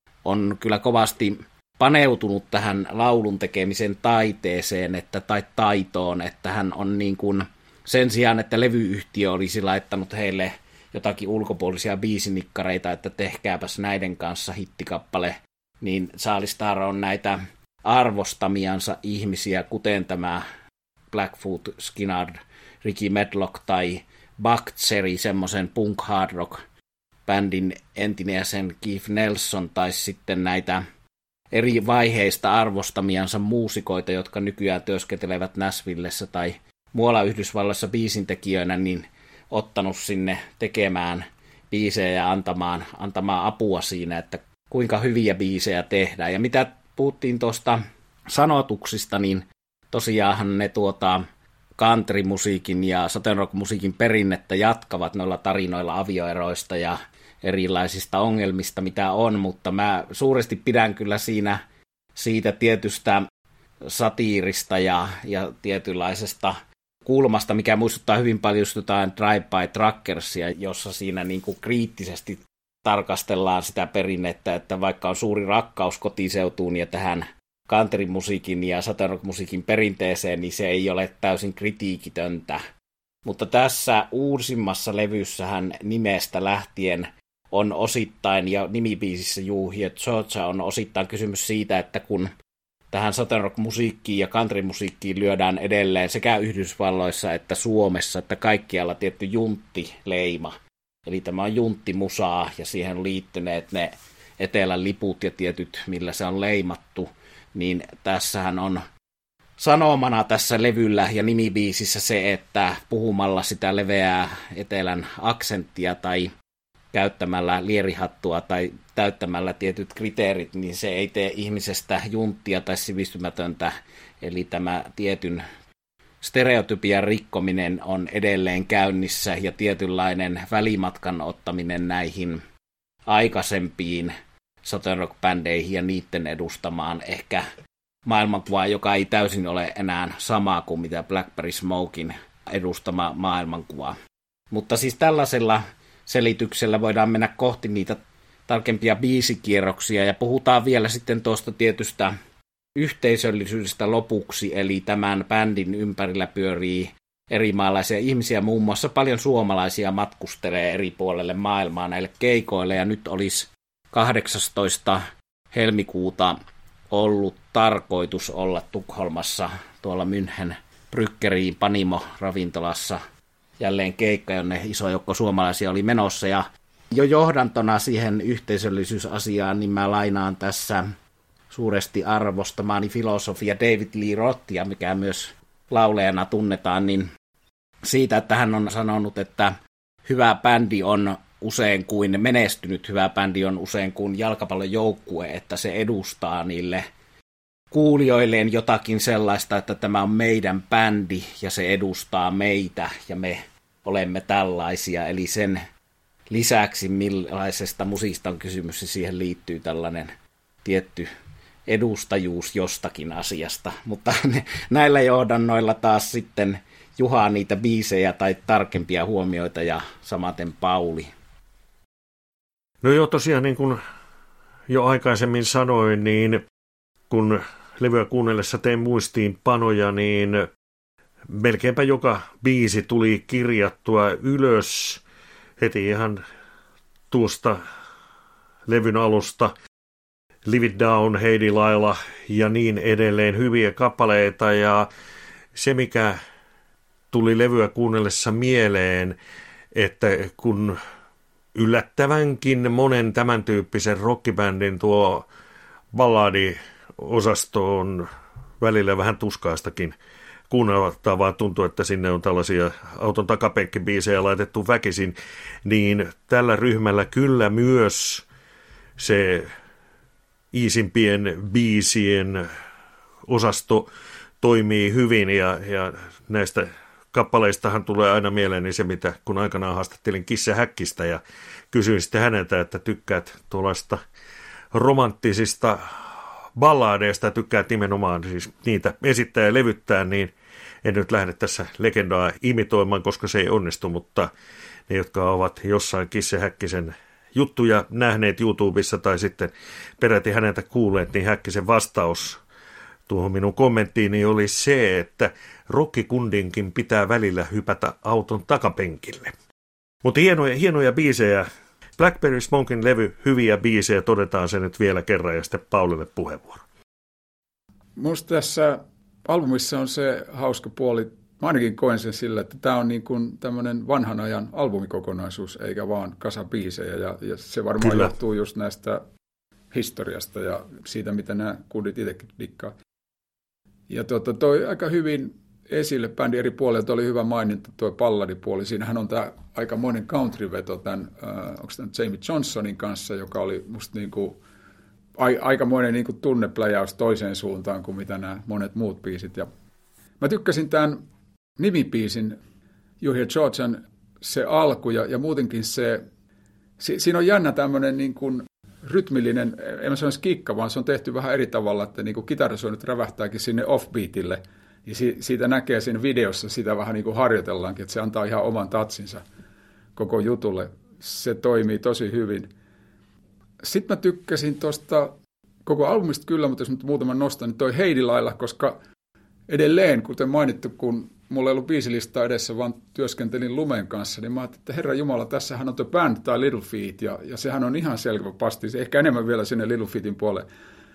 on kyllä kovasti paneutunut tähän laulun tekemisen taiteeseen että, tai taitoon, että hän on niin kuin sen sijaan, että levyyhtiö olisi laittanut heille jotakin ulkopuolisia biisinikkareita, että tehkääpäs näiden kanssa hittikappale, niin Saali Starr on näitä arvostamiansa ihmisiä, kuten tämä Blackfoot Skynyrd, Ricky Medlock tai Buckcherry, semmoisen punk hard rock bändin entinen jäsen Keith Nelson, tai sitten näitä eri vaiheista arvostamiansa muusikoita, jotka nykyään työskentelevät Nashvillessä tai muualla Yhdysvalloissa biisintekijöinä, niin ottanut sinne tekemään biisejä ja antamaan, antamaan apua siinä, että kuinka hyviä biisejä tehdään. Ja mitä puhuttiin tuosta sanotuksista, niin tosiaanhan ne tuota country-musiikin ja southern rock-musiikin perinnettä jatkavat noilla tarinoilla avioeroista ja erilaisista ongelmista, mitä on, mutta mä suuresti pidän kyllä siinä siitä tietystä satiirista ja, ja tietynlaisesta kulmasta, mikä muistuttaa hyvin paljon just jotain Drive-by Truckersia, jossa siinä niin kuin kriittisesti tarkastellaan sitä perinnettä, että vaikka on suuri rakkaus kotiseutuun ja tähän country-musiikin ja southern rock-musiikin perinteeseen, niin se ei ole täysin kritiikitöntä. Mutta tässä uusimmassa levyssähän nimestä lähtien on osittain, ja nimibiisissä Juhio Tsotsa on osittain kysymys siitä, että kun tähän southern rock-musiikkiin ja country-musiikkiin lyödään edelleen sekä Yhdysvalloissa että Suomessa, että kaikkialla tietty junttileima. Eli tämä on junttimusaa, ja siihen on liittyneet ne etelän liput ja tietyt, millä se on leimattu, niin tässähän on sanomana tässä levyllä ja nimibiisissä se, että puhumalla sitä leveää etelän aksenttia tai käyttämällä lierihattua tai täyttämällä tietyt kriteerit, niin se ei tee ihmisestä junttia tai sivistymätöntä. Eli tämä tietyn stereotypian rikkominen on edelleen käynnissä ja tietynlainen välimatkan ottaminen näihin aikaisempiin Southern Rock-bändeihin ja niiden edustamaan ehkä maailmankuvaa, joka ei täysin ole enää sama kuin mitä Blackberry Smokein edustama maailmankuva. Mutta siis tällaisella selityksellä voidaan mennä kohti niitä tarkempia biisikierroksia ja puhutaan vielä sitten tuosta tietystä yhteisöllisyydestä lopuksi, eli tämän bändin ympärillä pyörii eri maalaisia ihmisiä, muun muassa paljon suomalaisia matkustelee eri puolelle maailmaa näille keikoille, ja nyt olisi kahdeksastoista helmikuuta ollut tarkoitus olla Tukholmassa tuolla München Bryggeriin Panimo-ravintolassa jälleen keikka, jonne iso joukko suomalaisia oli menossa, ja jo johdantona siihen yhteisöllisyysasiaan, niin mä lainaan tässä suuresti arvostamaani filosofia David Lee Rothia, mikä myös laulajana tunnetaan, niin siitä, että hän on sanonut, että hyvä bändi on usein kuin menestynyt hyvä bändi on usein kuin jalkapallojoukkue, että se edustaa niille kuulijoilleen jotakin sellaista, että tämä on meidän bändi ja se edustaa meitä ja me olemme tällaisia, eli sen lisäksi millaisesta musiikista on kysymys, ja siihen liittyy tällainen tietty edustajuus jostakin asiasta, mutta näillä johdannoilla taas sitten Juha niitä biisejä tai tarkempia huomioita ja samaten Pauli. No joo, tosiaan niin kuin jo aikaisemmin sanoin, niin kun levyä kuunnellessa tein muistiinpanoja, niin melkeinpä joka biisi tuli kirjattua ylös heti ihan tuosta levyn alusta. Live It Down, Heidi Laila ja niin edelleen, hyviä kappaleita, ja se mikä tuli levyä kuunnellessa mieleen, että kun yllättävänkin monen tämän tyyppisen rockibändin tuo balladiosasto on välillä vähän tuskaistakin kuunneltavaa, vaan tuntuu, että sinne on tällaisia auton takapenkkibiisejä laitettu väkisin, niin tällä ryhmällä kyllä myös se iisimpien biisien osasto toimii hyvin, ja, ja näistä kappaleistahan tulee aina mieleeni se, mitä kun aikanaan haastattelin Kisse Häkkistä ja kysyin sitten häneltä, että tykkäät tuollaista romanttisista balladeista, tykkäät nimenomaan siis niitä esittää ja levyttää, niin en nyt lähde tässä legendaa imitoimaan, koska se ei onnistu, mutta ne, jotka ovat jossain Kisse Häkkisen juttuja nähneet YouTubessa tai sitten peräti häneltä kuulleet, niin Häkkisen vastaus tuohon minun kommenttiini oli se, että rockikundinkin pitää välillä hypätä auton takapenkille. Mutta hienoja, hienoja biisejä. Blackberry Smokein levy, hyviä biisejä, todetaan se nyt vielä kerran ja sitten Paulille puheenvuoro. Minusta tässä albumissa on se hauska puoli, mä ainakin koen sen sillä, että tämä on niin kuin tämmöinen vanhan ajan albumikokonaisuus, eikä vaan kasa biisejä, ja, ja se varmaan Kyllä. johtuu just näistä historiasta ja siitä, mitä nämä kundit itsekin dikkaa. Ja tuota, toi aika hyvin esille bändin eri puolilta oli hyvä maininta tuo balladipuoli. Siinähän on tämä aikamoinen country-veto tämän, äh, onko tämä Jamie Johnsonin kanssa, joka oli musta niinku, a, aikamoinen niinku tunnepläjäys toiseen suuntaan kuin mitä nämä monet muut biisit. Ja mä tykkäsin tämän nimibiisin You Hear Georgian se alku ja, ja muutenkin se, si, siinä on jännä tämmöinen niin kuin rytmillinen, en mä sanoisi kikka, vaan se on tehty vähän eri tavalla, että niin kuin kitarasoinnut rävähtääkin sinne offbeatille. Ja si, siitä näkee siinä videossa, sitä vähän niin kuin harjoitellaankin, että se antaa ihan oman tatsinsa koko jutulle. Se toimii tosi hyvin. Sitten mä tykkäsin tuosta koko albumista kyllä, mutta jos nyt muutaman nostan, niin toi Heidi Laila, koska edelleen, kuten mainittu, kun mulla ei ollut biisilistaa edessä, vaan työskentelin Lumen kanssa, niin mä ajattelin, että Herra Jumala, tässähän on The Band tai Little Feat, ja, ja sehän on ihan selvä pasti, ehkä enemmän vielä sinne Little Featin puolelle.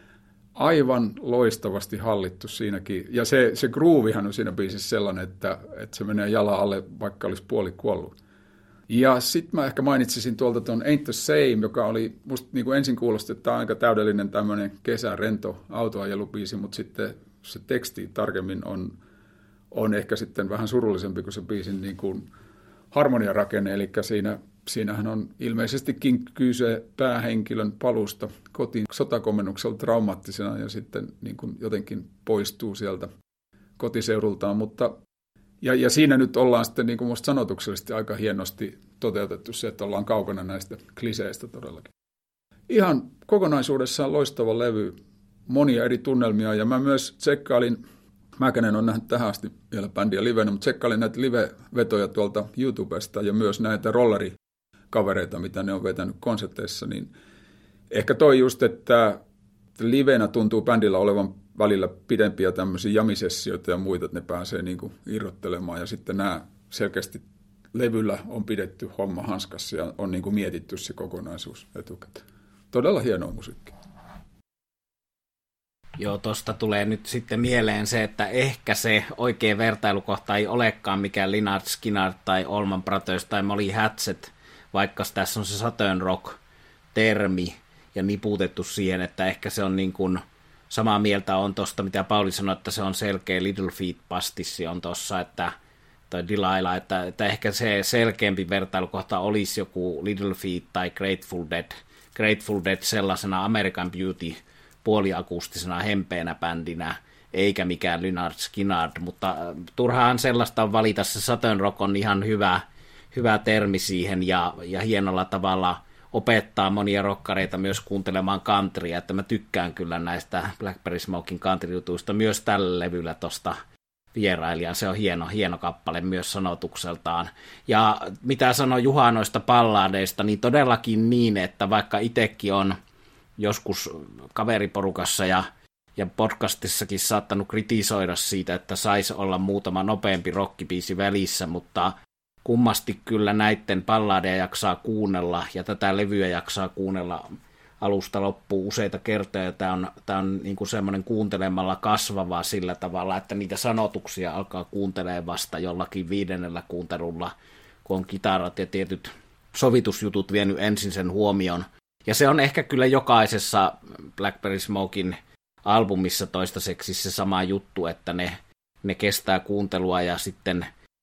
Aivan loistavasti hallittu siinäkin, ja se, se groovihan on siinä biisissä sellainen, että, että se menee jalan alle, vaikka olisi puoli kuollut. Ja sitten mä ehkä mainitsisin tuolta tuon Ain't the Same, joka oli musta niin kuin ensin kuulosti, että tämä on aika täydellinen tämmöinen kesärento autoajelubiisi, mutta sitten se teksti tarkemmin on, on ehkä sitten vähän surullisempi kuin se biisin niin kuin harmoniarakenne, eli siinä, siinähän on ilmeisestikin kyse päähenkilön palusta kotiin sotakomennuksella traumaattisena ja sitten niin kuin jotenkin poistuu sieltä kotiseudultaan, mutta ja, ja siinä nyt ollaan sitten niin kuin musta sanotuksellisesti aika hienosti toteutettu se, että ollaan kaukana näistä kliseistä todellakin. Ihan kokonaisuudessaan loistava levy, monia eri tunnelmia, ja mä myös tsekkailin, mäkänen on nähnyt tähän asti vielä bändiä livenä, mutta tsekkailin näitä live-vetoja tuolta YouTubesta ja myös näitä rollerikavereita, mitä ne on vetänyt konserteissa, niin ehkä toi just, että livenä tuntuu bändillä olevan välillä pidempiä tämmöisiä jamisessioita ja muita, että ne pääsee niin kuin irrottelemaan, ja sitten nämä selkeästi levyllä on pidetty homma hanskassa ja on niin kuin mietitty se kokonaisuus etukäteen. Todella hienoa musiikkia. Joo, tosta tulee nyt sitten mieleen se, että ehkä se oikea vertailukohta ei olekaan mikään Lynyrd Skynyrd tai Allman Brothers tai Molly Hatchet, vaikka tässä on se Southern Rock-termi ja niputettu siihen, että ehkä se on niin kuin samaa mieltä on tosta, mitä Pauli sanoi, että se on selkeä Little Feat-pastissi on tossa, että tai Delilah, että, että ehkä se selkeämpi vertailukohta olisi joku Little Feat tai Grateful Dead. Grateful Dead sellaisena American Beauty puoliakustisena hempeänä bändinä, eikä mikään Lynyrd Skynyrd, mutta turhaan sellaista on valita. Se Southern Rock on ihan hyvä, hyvä termi siihen ja, ja hienolla tavalla opettaa monia rockareita myös kuuntelemaan countrya, että mä tykkään kyllä näistä Blackberry Smokein country-jutuista myös tällä levyllä tosta vierailijan. Se on hieno, hieno kappale myös sanotukseltaan. Ja mitä sanoi Juha noista balladeista, niin todellakin niin, että vaikka itsekin on joskus kaveriporukassa ja, ja podcastissakin saattanut kritisoida siitä, että saisi olla muutama nopeampi rockibiisi välissä, mutta kummasti kyllä näiden balladeja jaksaa kuunnella ja tätä levyä jaksaa kuunnella alusta loppuun useita kertoja. Tämä on, tämä on niin kuin semmoinen kuuntelemalla kasvavaa sillä tavalla, että niitä sanotuksia alkaa kuuntelemaan vasta jollakin viidennellä kuuntelulla, kun on kitarat ja tietyt sovitusjutut vienyt ensin sen huomioon. Ja se on ehkä kyllä jokaisessa Blackberry Smokein albumissa toistaiseksi se sama juttu, että ne, ne kestää kuuntelua ja sitten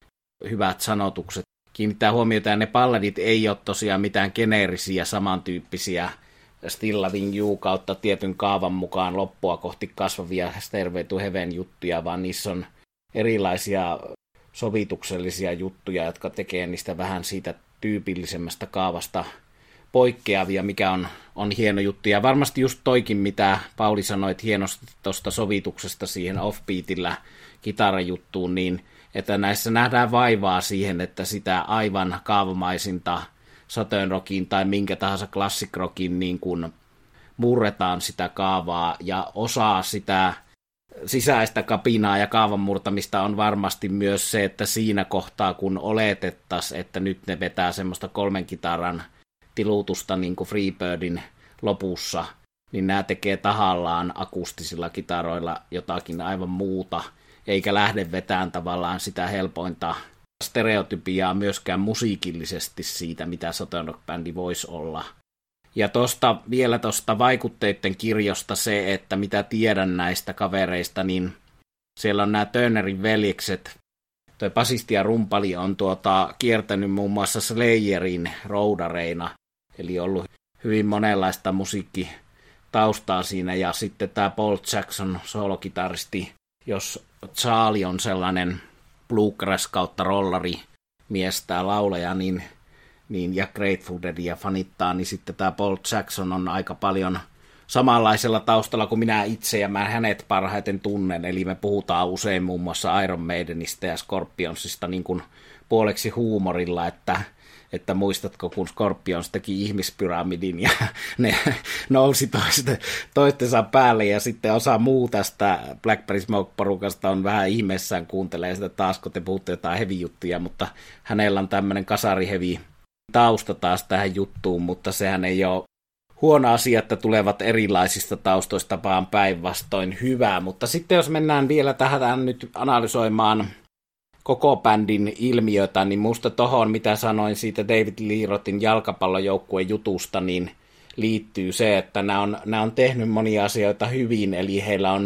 hyvät sanotukset kiinnittää huomiota, ja ne balladit ei ole tosiaan mitään geneerisiä samantyyppisiä Still Loving You kautta tietyn kaavan mukaan loppua kohti kasvavia Stairway to Heaven juttuja, vaan niissä on erilaisia sovituksellisia juttuja, jotka tekee niistä vähän siitä tyypillisemmästä kaavasta poikkeavia, mikä on, on hieno juttu. Ja varmasti just toikin, mitä Pauli sanoi hienosti tuosta sovituksesta siihen offbeatillä kitarajuttuun, niin että näissä nähdään vaivaa siihen, että sitä aivan kaavamaisinta Southern Rockin tai minkä tahansa classic rockin niin kuin murretaan sitä kaavaa, ja osaa sitä sisäistä kapinaa ja kaavan murtamista on varmasti myös se, että siinä kohtaa, kun oletettaisiin, että nyt ne vetää semmoista kolmen kitaran tilutusta niin kuin Freebirdin lopussa, niin nämä tekee tahallaan akustisilla kitaroilla jotakin aivan muuta, eikä lähde vetään tavallaan sitä helpointa stereotypiaa myöskään musiikillisesti siitä, mitä Southern Rock-bändi voisi olla. Ja tosta, vielä tuosta vaikutteiden kirjosta se, että mitä tiedän näistä kavereista, niin siellä on nämä Turnerin veljekset. Toi basisti ja rumpali on tuota, kiertänyt muun muassa Slayerin roudareina, eli ollut hyvin monenlaista musiikkitaustaa siinä, ja sitten tämä Paul Jackson, soolokitaristi, jos Charlie on sellainen bluegrass kautta rollari mies tää laulaja, niin, niin, ja Grateful Deadia fanittaa, niin sitten tämä Paul Jackson on aika paljon samanlaisella taustalla kuin minä itse, ja mä hänet parhaiten tunnen, eli me puhutaan usein muun muassa Iron Maidenistä ja Scorpionsista niin kuin puoleksi huumorilla, että että muistatko, kun Scorpions teki ihmispyramidin ja ne nousi toiste, toistensa päälle, ja sitten osa muu tästä Blackberry Smoke-porukasta on vähän ihmeessään kuuntelee sitä taas, kun te puhutte jotain heavy-juttuja, mutta hänellä on tämmöinen kasari-heavy tausta taas tähän juttuun, mutta sehän ei ole huono asia, että tulevat erilaisista taustoista, vaan päinvastoin hyvää. Mutta sitten jos mennään vielä tähän nyt analysoimaan koko bändin ilmiötä, niin musta tohon, mitä sanoin siitä David Lee Rothin jalkapallojoukkueen jutusta, niin liittyy se, että nämä on, nämä on tehnyt monia asioita hyvin, eli heillä on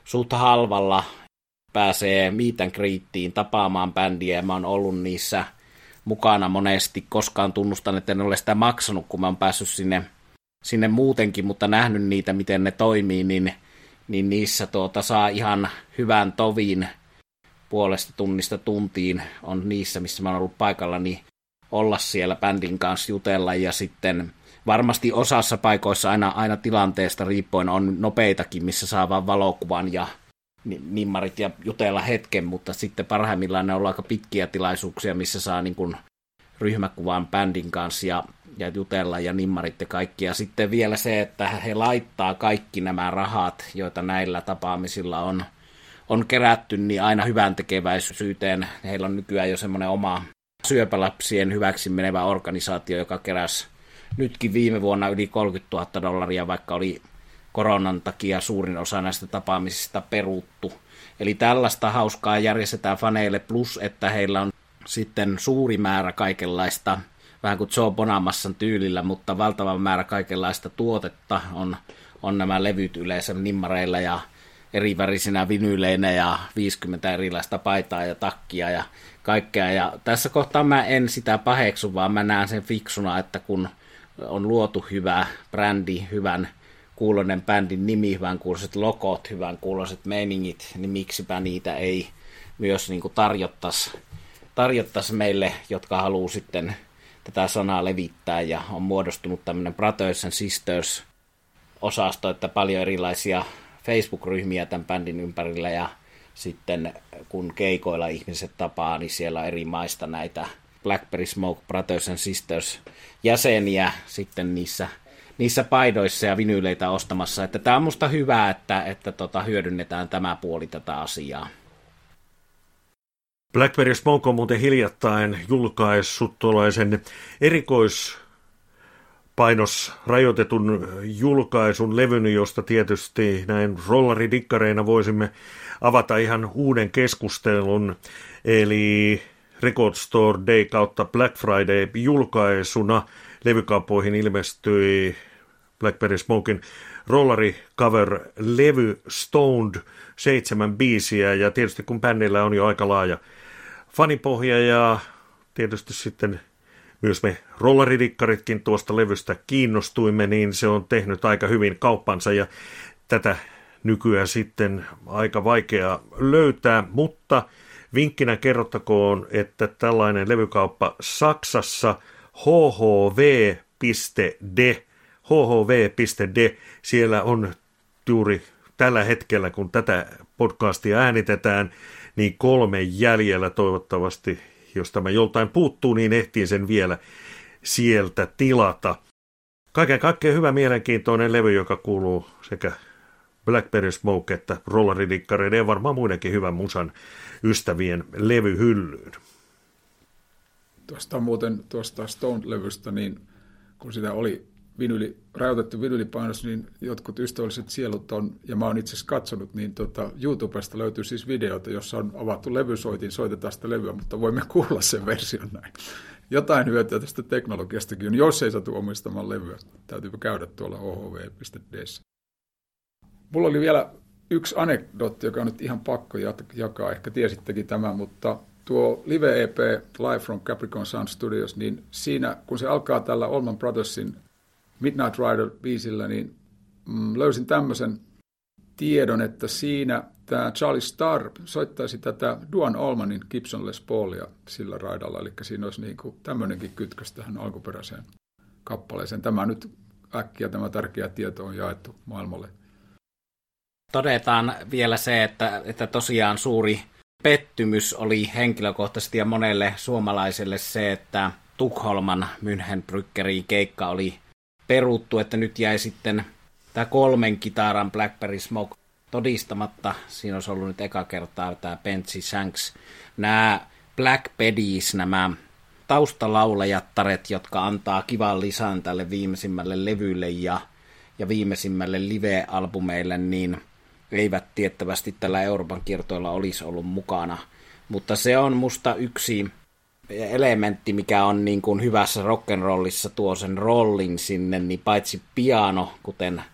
suht halvalla pääsee meet and greetiin tapaamaan bändiä, ja mä oon ollut niissä mukana monesti, koskaan tunnustan, että en ole sitä maksanut, kun mä oon päässyt sinne, sinne muutenkin, mutta nähnyt niitä, miten ne toimii, niin, niin niissä tuota, saa ihan hyvän tovin puolesta tunnista tuntiin, on niissä, missä mä oon ollut paikalla, niin olla siellä bändin kanssa jutella, ja sitten varmasti osassa paikoissa aina, aina tilanteesta riippuen on nopeitakin, missä saa vaan valokuvan ja nimmarit ja jutella hetken, mutta sitten parhaimmillaan ne on aika pitkiä tilaisuuksia, missä saa niin kuin ryhmäkuvan bändin kanssa ja, ja jutella ja nimmarit ja kaikki. Ja sitten vielä se, että he laittaa kaikki nämä rahat, joita näillä tapaamisilla on, on kerätty, niin aina hyvän tekeväisyyteen. Heillä on nykyään jo semmoinen oma syöpälapsien hyväksi menevä organisaatio, joka keräsi nytkin viime vuonna yli kolmekymmentätuhatta dollaria, vaikka oli koronan takia suurin osa näistä tapaamisista peruttu. Eli tällaista hauskaa järjestetään faneille, plus että heillä on sitten suuri määrä kaikenlaista, vähän kuin Joe Bonamassan tyylillä, mutta valtava määrä kaikenlaista tuotetta on, on nämä levyt yleensä nimmareilla ja eri värisinä vinyyleinä ja viisikymmentä erilaista paitaa ja takkia ja kaikkea. Ja tässä kohtaa mä en sitä paheksu, vaan mä näen sen fiksuna, että kun on luotu hyvä brändi, hyvän kuuloinen bändin nimi, hyvän kuuloiset logot, hyvän kuuloiset meiningit, niin miksipä niitä ei myös niin kuin tarjottaisi, tarjottaisi meille, jotka haluaa sitten tätä sanaa levittää, ja on muodostunut tämmöinen Brothers and Sisters-osasto, että paljon erilaisia Facebook-ryhmiä tämän bändin ympärillä, ja sitten kun keikoilla ihmiset tapaa, niin siellä on eri maista näitä Blackberry Smoke Brothers and Sisters jäseniä sitten niissä, niissä paidoissa ja vinyyleitä ostamassa. Että tämä on musta hyvä, että, että tota, hyödynnetään tämä puoli tätä asiaa. Blackberry Smoke on muuten hiljattain julkaissut tuollaisen erikoispainosrajoitetun julkaisun levyn, josta tietysti näin rollaridikkareina voisimme avata ihan uuden keskustelun, eli Record Store Day kautta Black Friday julkaisuna levykauppoihin ilmestyi Blackberry Smoken rollari cover-levy Stoned, seitsemän biisiä, ja tietysti kun bändillä on jo aika laaja fanipohja ja tietysti sitten myös me rollaridikkaritkin tuosta levystä kiinnostuimme, niin se on tehnyt aika hyvin kauppansa, ja tätä nykyään sitten aika vaikea löytää, mutta vinkkinä kerrottakoon, että tällainen levykauppa Saksassa h h v piste d, h h v piste d, siellä on juuri tällä hetkellä, kun tätä podcastia äänitetään, niin kolme jäljellä toivottavasti, jos tämä joltain puuttuu, niin ehtii sen vielä sieltä tilata. Kaiken kaikkiaan hyvä mielenkiintoinen levy, joka kuuluu sekä Blackberry Smoke että rollaridikkareiden ja varmaan muidenkin hyvän musan ystävien levyhyllyyn. Tuosta muuten tuosta Stone-levystä, niin kun sitä oli vinyli, rajoitettu vinylipainos, niin jotkut ystävälliset sielut on, ja mä oon itse asiassa katsonut, niin tota, YouTubesta löytyy siis videota, jossa on avattu levysoitin, soitetaan sitä levyä, mutta voimme kuulla sen version näin. Jotain hyötyä tästä teknologiastakin on, jos ei satu omistamaan levyä. Täytyypä käydä tuolla h h v piste d. Mulla oli vielä yksi anekdootti, joka on nyt ihan pakko jakaa, ehkä tiesittekin tämän, mutta tuo Live-E P Live from Capricorn Sound Studios, niin siinä, kun se alkaa tällä Allman Brothersin Midnight Rider-biisillä, niin mm, löysin tämmöisen tiedon, että siinä tämä Charlie Starr soittaisi tätä Duane Allmanin Gibson Les Paulia sillä raidalla, eli siinä olisi niin kuin tämmöinenkin kytkös tähän alkuperäiseen kappaleeseen. Tämä nyt äkkiä tämä tärkeä tieto on jaettu maailmalle. Todetaan vielä se, että, että tosiaan suuri pettymys oli henkilökohtaisesti ja monelle suomalaiselle se, että Tukholman Münchenbrückerin keikka oli peruttu, että nyt jäi sitten tämä kolmen kitaran Blackberry Smoke todistamatta. Siinä olisi ollut nyt eka kertaa tämä Benji Shanks. Nämä Black Beddies, nämä taustalaulajattaret, jotka antaa kivan lisän tälle viimeisimmälle levylle ja, ja viimeisimmälle live-albumeille, niin eivät tiettävästi tällä Euroopan kiertoilla olisi ollut mukana. Mutta se on musta yksi elementti, mikä on niin kuin hyvässä rock'n'rollissa, tuo sen rollin sinne, niin paitsi piano, kuten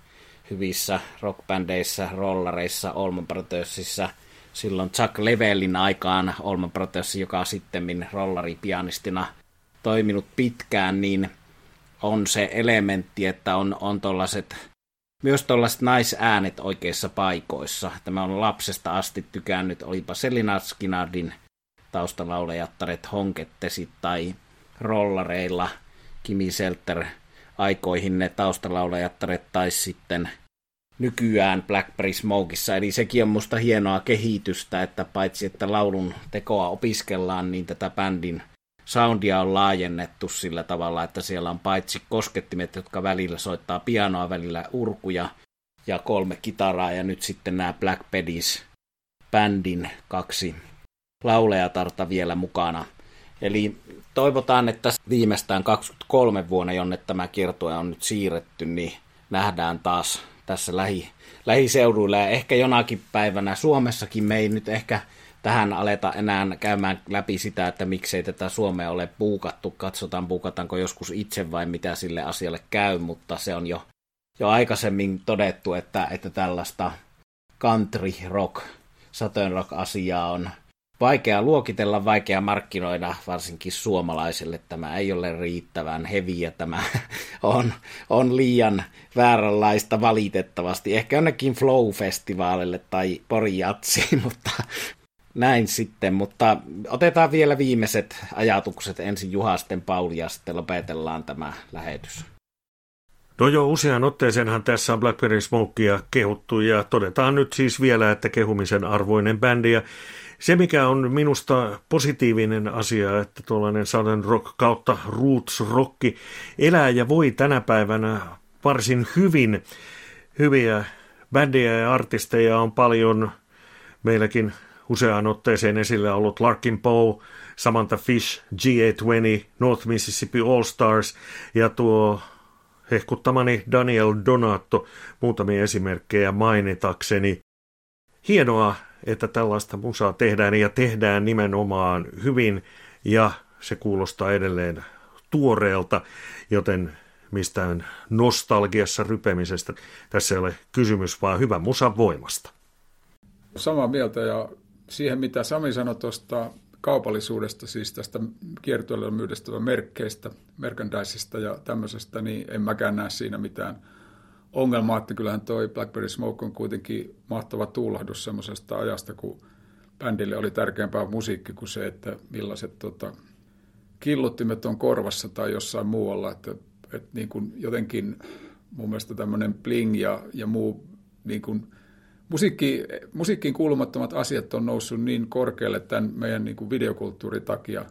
hyvissä rockbändeissä, rollareissa, Allman Brothersissa, silloin Chuck Leavellin aikaan Allman Brothers, joka sitten rollaripianistina toiminut pitkään, niin on se elementti, että on, on tollaset, myös tuollaiset naisäänet oikeissa paikoissa. Tämä on lapsesta asti tykännyt, olipa Selina Skinnardin taustalaulajattaret Honkettesi tai rollareilla Kimi Selter aikoihin ne taustalaulajattaret tai sitten nykyään Blackberry Smokeissa. Eli sekin on musta hienoa kehitystä, että paitsi että laulun tekoa opiskellaan, niin tätä bändin soundia on laajennettu sillä tavalla, että siellä on paitsi koskettimet, jotka välillä soittaa pianoa, välillä urkuja ja kolme kitaraa, ja nyt sitten nämä Black Pedis bändin kaksi laulajatarta vielä mukana. Eli toivotaan, että viimeistään kaksikymmentäkolme vuonna, jonne tämä kiertue on nyt siirretty, niin nähdään taas tässä lähi, lähiseuduilla. Ja ehkä jonakin päivänä Suomessakin me ei nyt ehkä tähän aleta enää käymään läpi sitä, että miksei tätä Suomea ole buukattu. Katsotaan, buukataanko joskus itse vai mitä sille asialle käy, mutta se on jo, jo aikaisemmin todettu, että, että tällaista country rock, southern rock asiaa on vaikea luokitella, vaikea markkinoida, varsinkin suomalaiselle. Tämä ei ole riittävän heviä, tämä on, on liian vääränlaista valitettavasti. Ehkä jonnekin Flow-festivaalille tai Pori Jatsiin, mutta näin sitten. Mutta otetaan vielä viimeiset ajatukset ensin Juha, sitten Pauli ja sitten lopetellaan tämä lähetys. No jo usean otteeseenhan tässä on Blackberry Smokea kehuttu ja todetaan nyt siis vielä, että kehumisen arvoinen bändi. Ja se, mikä on minusta positiivinen asia, että tuollainen Southern Rock kautta Roots Rock elää ja voi tänä päivänä varsin hyvin. Hyviä bändejä ja artisteja on paljon. Meilläkin useaan otteeseen esillä ollut Larkin Poe, Samantha Fish, G kaksikymmentä, North Mississippi All Stars ja tuo hehkuttamani Daniel Donato, muutamia esimerkkejä mainitakseni. Hienoa, että tällaista musaa tehdään ja tehdään nimenomaan hyvin ja se kuulostaa edelleen tuoreelta, joten mistään nostalgiassa rypemisestä tässä ei ole kysymys, vaan hyvän musan voimasta. Samaa mieltä ja siihen mitä Sami sanoi tuosta kaupallisuudesta, siis tästä kiertueella myydestä merkkeistä, merchandisesta ja tämmöisestä, niin en mäkään näe siinä mitään ongelmaa, että kyllähän toi Blackberry Smoke on kuitenkin mahtava tuulahdus semmoisesta ajasta, kun bändille oli tärkeämpää musiikki kuin se, että millaiset tota, killuttimet on korvassa tai jossain muualla, että, että niin kuin jotenkin mun mielestä tämmöinen bling ja, ja muu niin kuin Musiikki, musiikkiin kuulumattomat asiat on noussut niin korkealle tämän meidän niin kuin videokulttuurin takia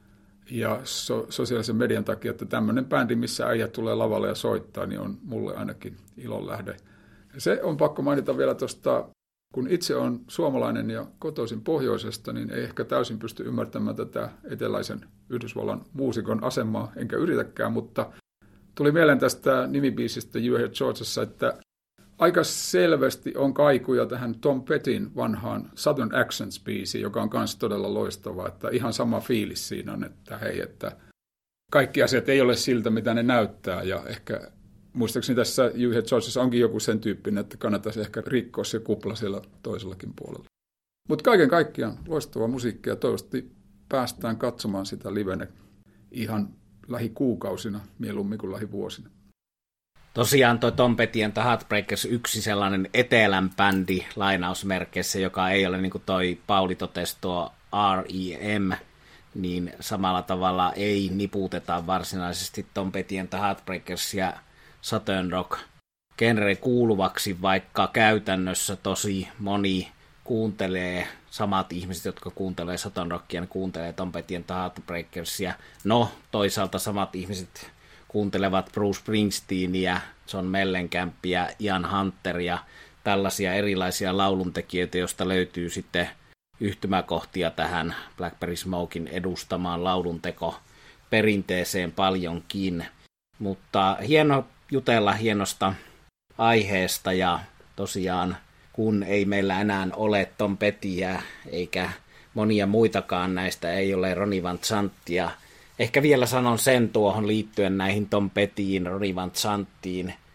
ja so, sosiaalisen median takia, että tämmöinen bändi, missä äijät tulee lavalle ja soittaa, niin on mulle ainakin ilon lähde. Ja se on pakko mainita vielä tuosta, kun itse on suomalainen ja kotoisin pohjoisesta, niin ei ehkä täysin pysty ymmärtämään tätä eteläisen Yhdysvallan muusikon asemaa, enkä yritäkään, mutta tuli mieleen tästä nimibiisistä You Hear Georgiassa, että aika selvästi on kaikuja tähän Tom Pettin vanhaan Southern Accents-biisiin, joka on myös todella loistava, että ihan sama fiilis siinä on, että hei, että kaikki asiat ei ole siltä, mitä ne näyttää, ja ehkä muistaakseni tässä You Hear Georgiassa onkin joku sen tyyppinen, että kannattaisi ehkä rikkoa se kupla siellä toisellakin puolella. Mutta kaiken kaikkiaan loistava musiikki, ja toivottavasti päästään katsomaan sitä livenä ihan lähikuukausina, mieluummin kuin lähivuosina. Tosiaan toi Tom Petty and the Heartbreakers yksi sellainen etelän bändi lainausmerkeissä, joka ei ole niin kuin toi Pauli totesi tuo R E M, niin samalla tavalla ei niputeta varsinaisesti Tom Petty and the Heartbreakers ja Southern Rock genre kuuluvaksi, vaikka käytännössä tosi moni kuuntelee, samat ihmiset, jotka kuuntelee Southern Rockia, ne kuuntelee Tom Petty and the Heartbreakersia. No, toisaalta samat ihmiset kuuntelevat Bruce Springsteenia, John Mellencampia, Ian Hunteria, tällaisia erilaisia lauluntekijöitä, joista löytyy sitten yhtymäkohtia tähän Blackberry Smoken edustamaan laulunteko perinteeseen paljonkin. Mutta hieno jutella hienosta aiheesta ja tosiaan kun ei meillä enää ole Tom Pettyä eikä monia muitakaan näistä, ei ole Ronnie Van Zanttia. Ehkä vielä sanon sen tuohon liittyen näihin Tom Pettyin, Ronnie Van Zanttiin.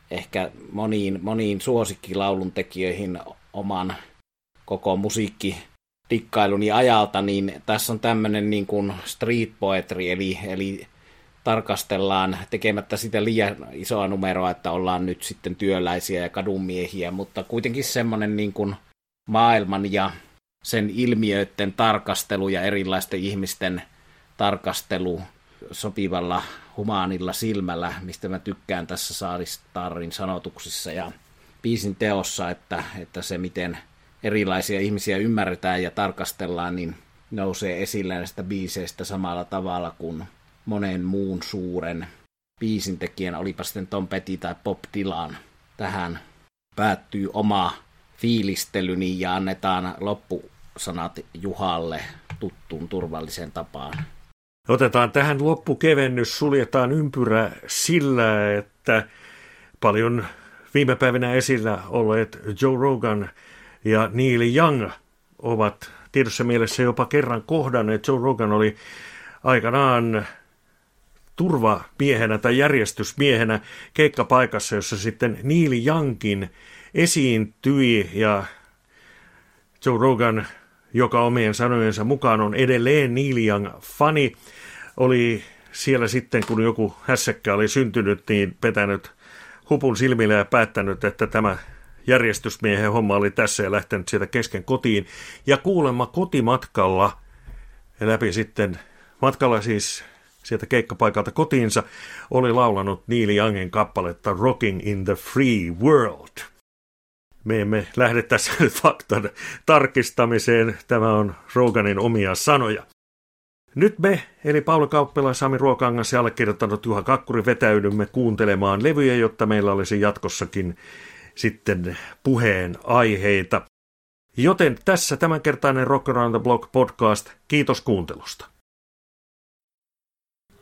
ehkä moniin, moniin suosikkilaulun tekijöihin oman koko musiikkitikkailuni ajalta, niin tässä on tämmöinen niin kuin street poetry, eli, eli tarkastellaan tekemättä sitä liian isoa numeroa, että ollaan nyt sitten työläisiä ja kadunmiehiä, mutta kuitenkin semmoinen niin kuin maailman ja sen ilmiöiden tarkastelu ja erilaisten ihmisten tarkastelu sopivalla humaanilla silmällä, mistä mä tykkään tässä Saaristarin sanotuksissa ja biisin teossa, että, että se miten erilaisia ihmisiä ymmärretään ja tarkastellaan, niin nousee esille näistä biiseistä samalla tavalla kuin monen muun suuren biisintekijän, olipa sitten Tom Petty tai Bob Dylan. Tähän päättyy oma fiilistelyni ja annetaan loppusanat Juhalle tuttuun turvalliseen tapaan. Otetaan tähän loppukevennys, suljetaan ympyrä sillä, että paljon viime päivinä esillä olleet Joe Rogan ja Neil Young ovat tiedossa mielessä jopa kerran kohdanneet. Joe Rogan oli aikanaan turvamiehenä tai järjestysmiehenä keikkapaikassa, jossa sitten Neil Youngkin esiintyi, ja Joe Rogan, joka omien sanojensa mukaan on edelleen Neil Young-fani, oli siellä sitten, kun joku hässäkkä oli syntynyt, niin petänyt hupun silmille ja päättänyt, että tämä järjestysmiehen homma oli tässä ja lähtenyt sieltä kesken kotiin. Ja kuulemma kotimatkalla läpi sitten, matkalla siis sieltä keikkapaikalta kotiinsa, oli laulanut Neil Youngin kappaletta Rocking in the Free World. Me emme lähde tässä nyt faktan tarkistamiseen, tämä on Roganin omia sanoja. Nyt me, eli Pauli Kauppila, Sami Ruokangas ja allekirjoittanut Juha Kakkuri vetäydymme kuuntelemaan levyjä, jotta meillä olisi jatkossakin sitten puheen aiheita. Joten tässä tämänkertainen Rock Around the Block podcast. Kiitos kuuntelusta.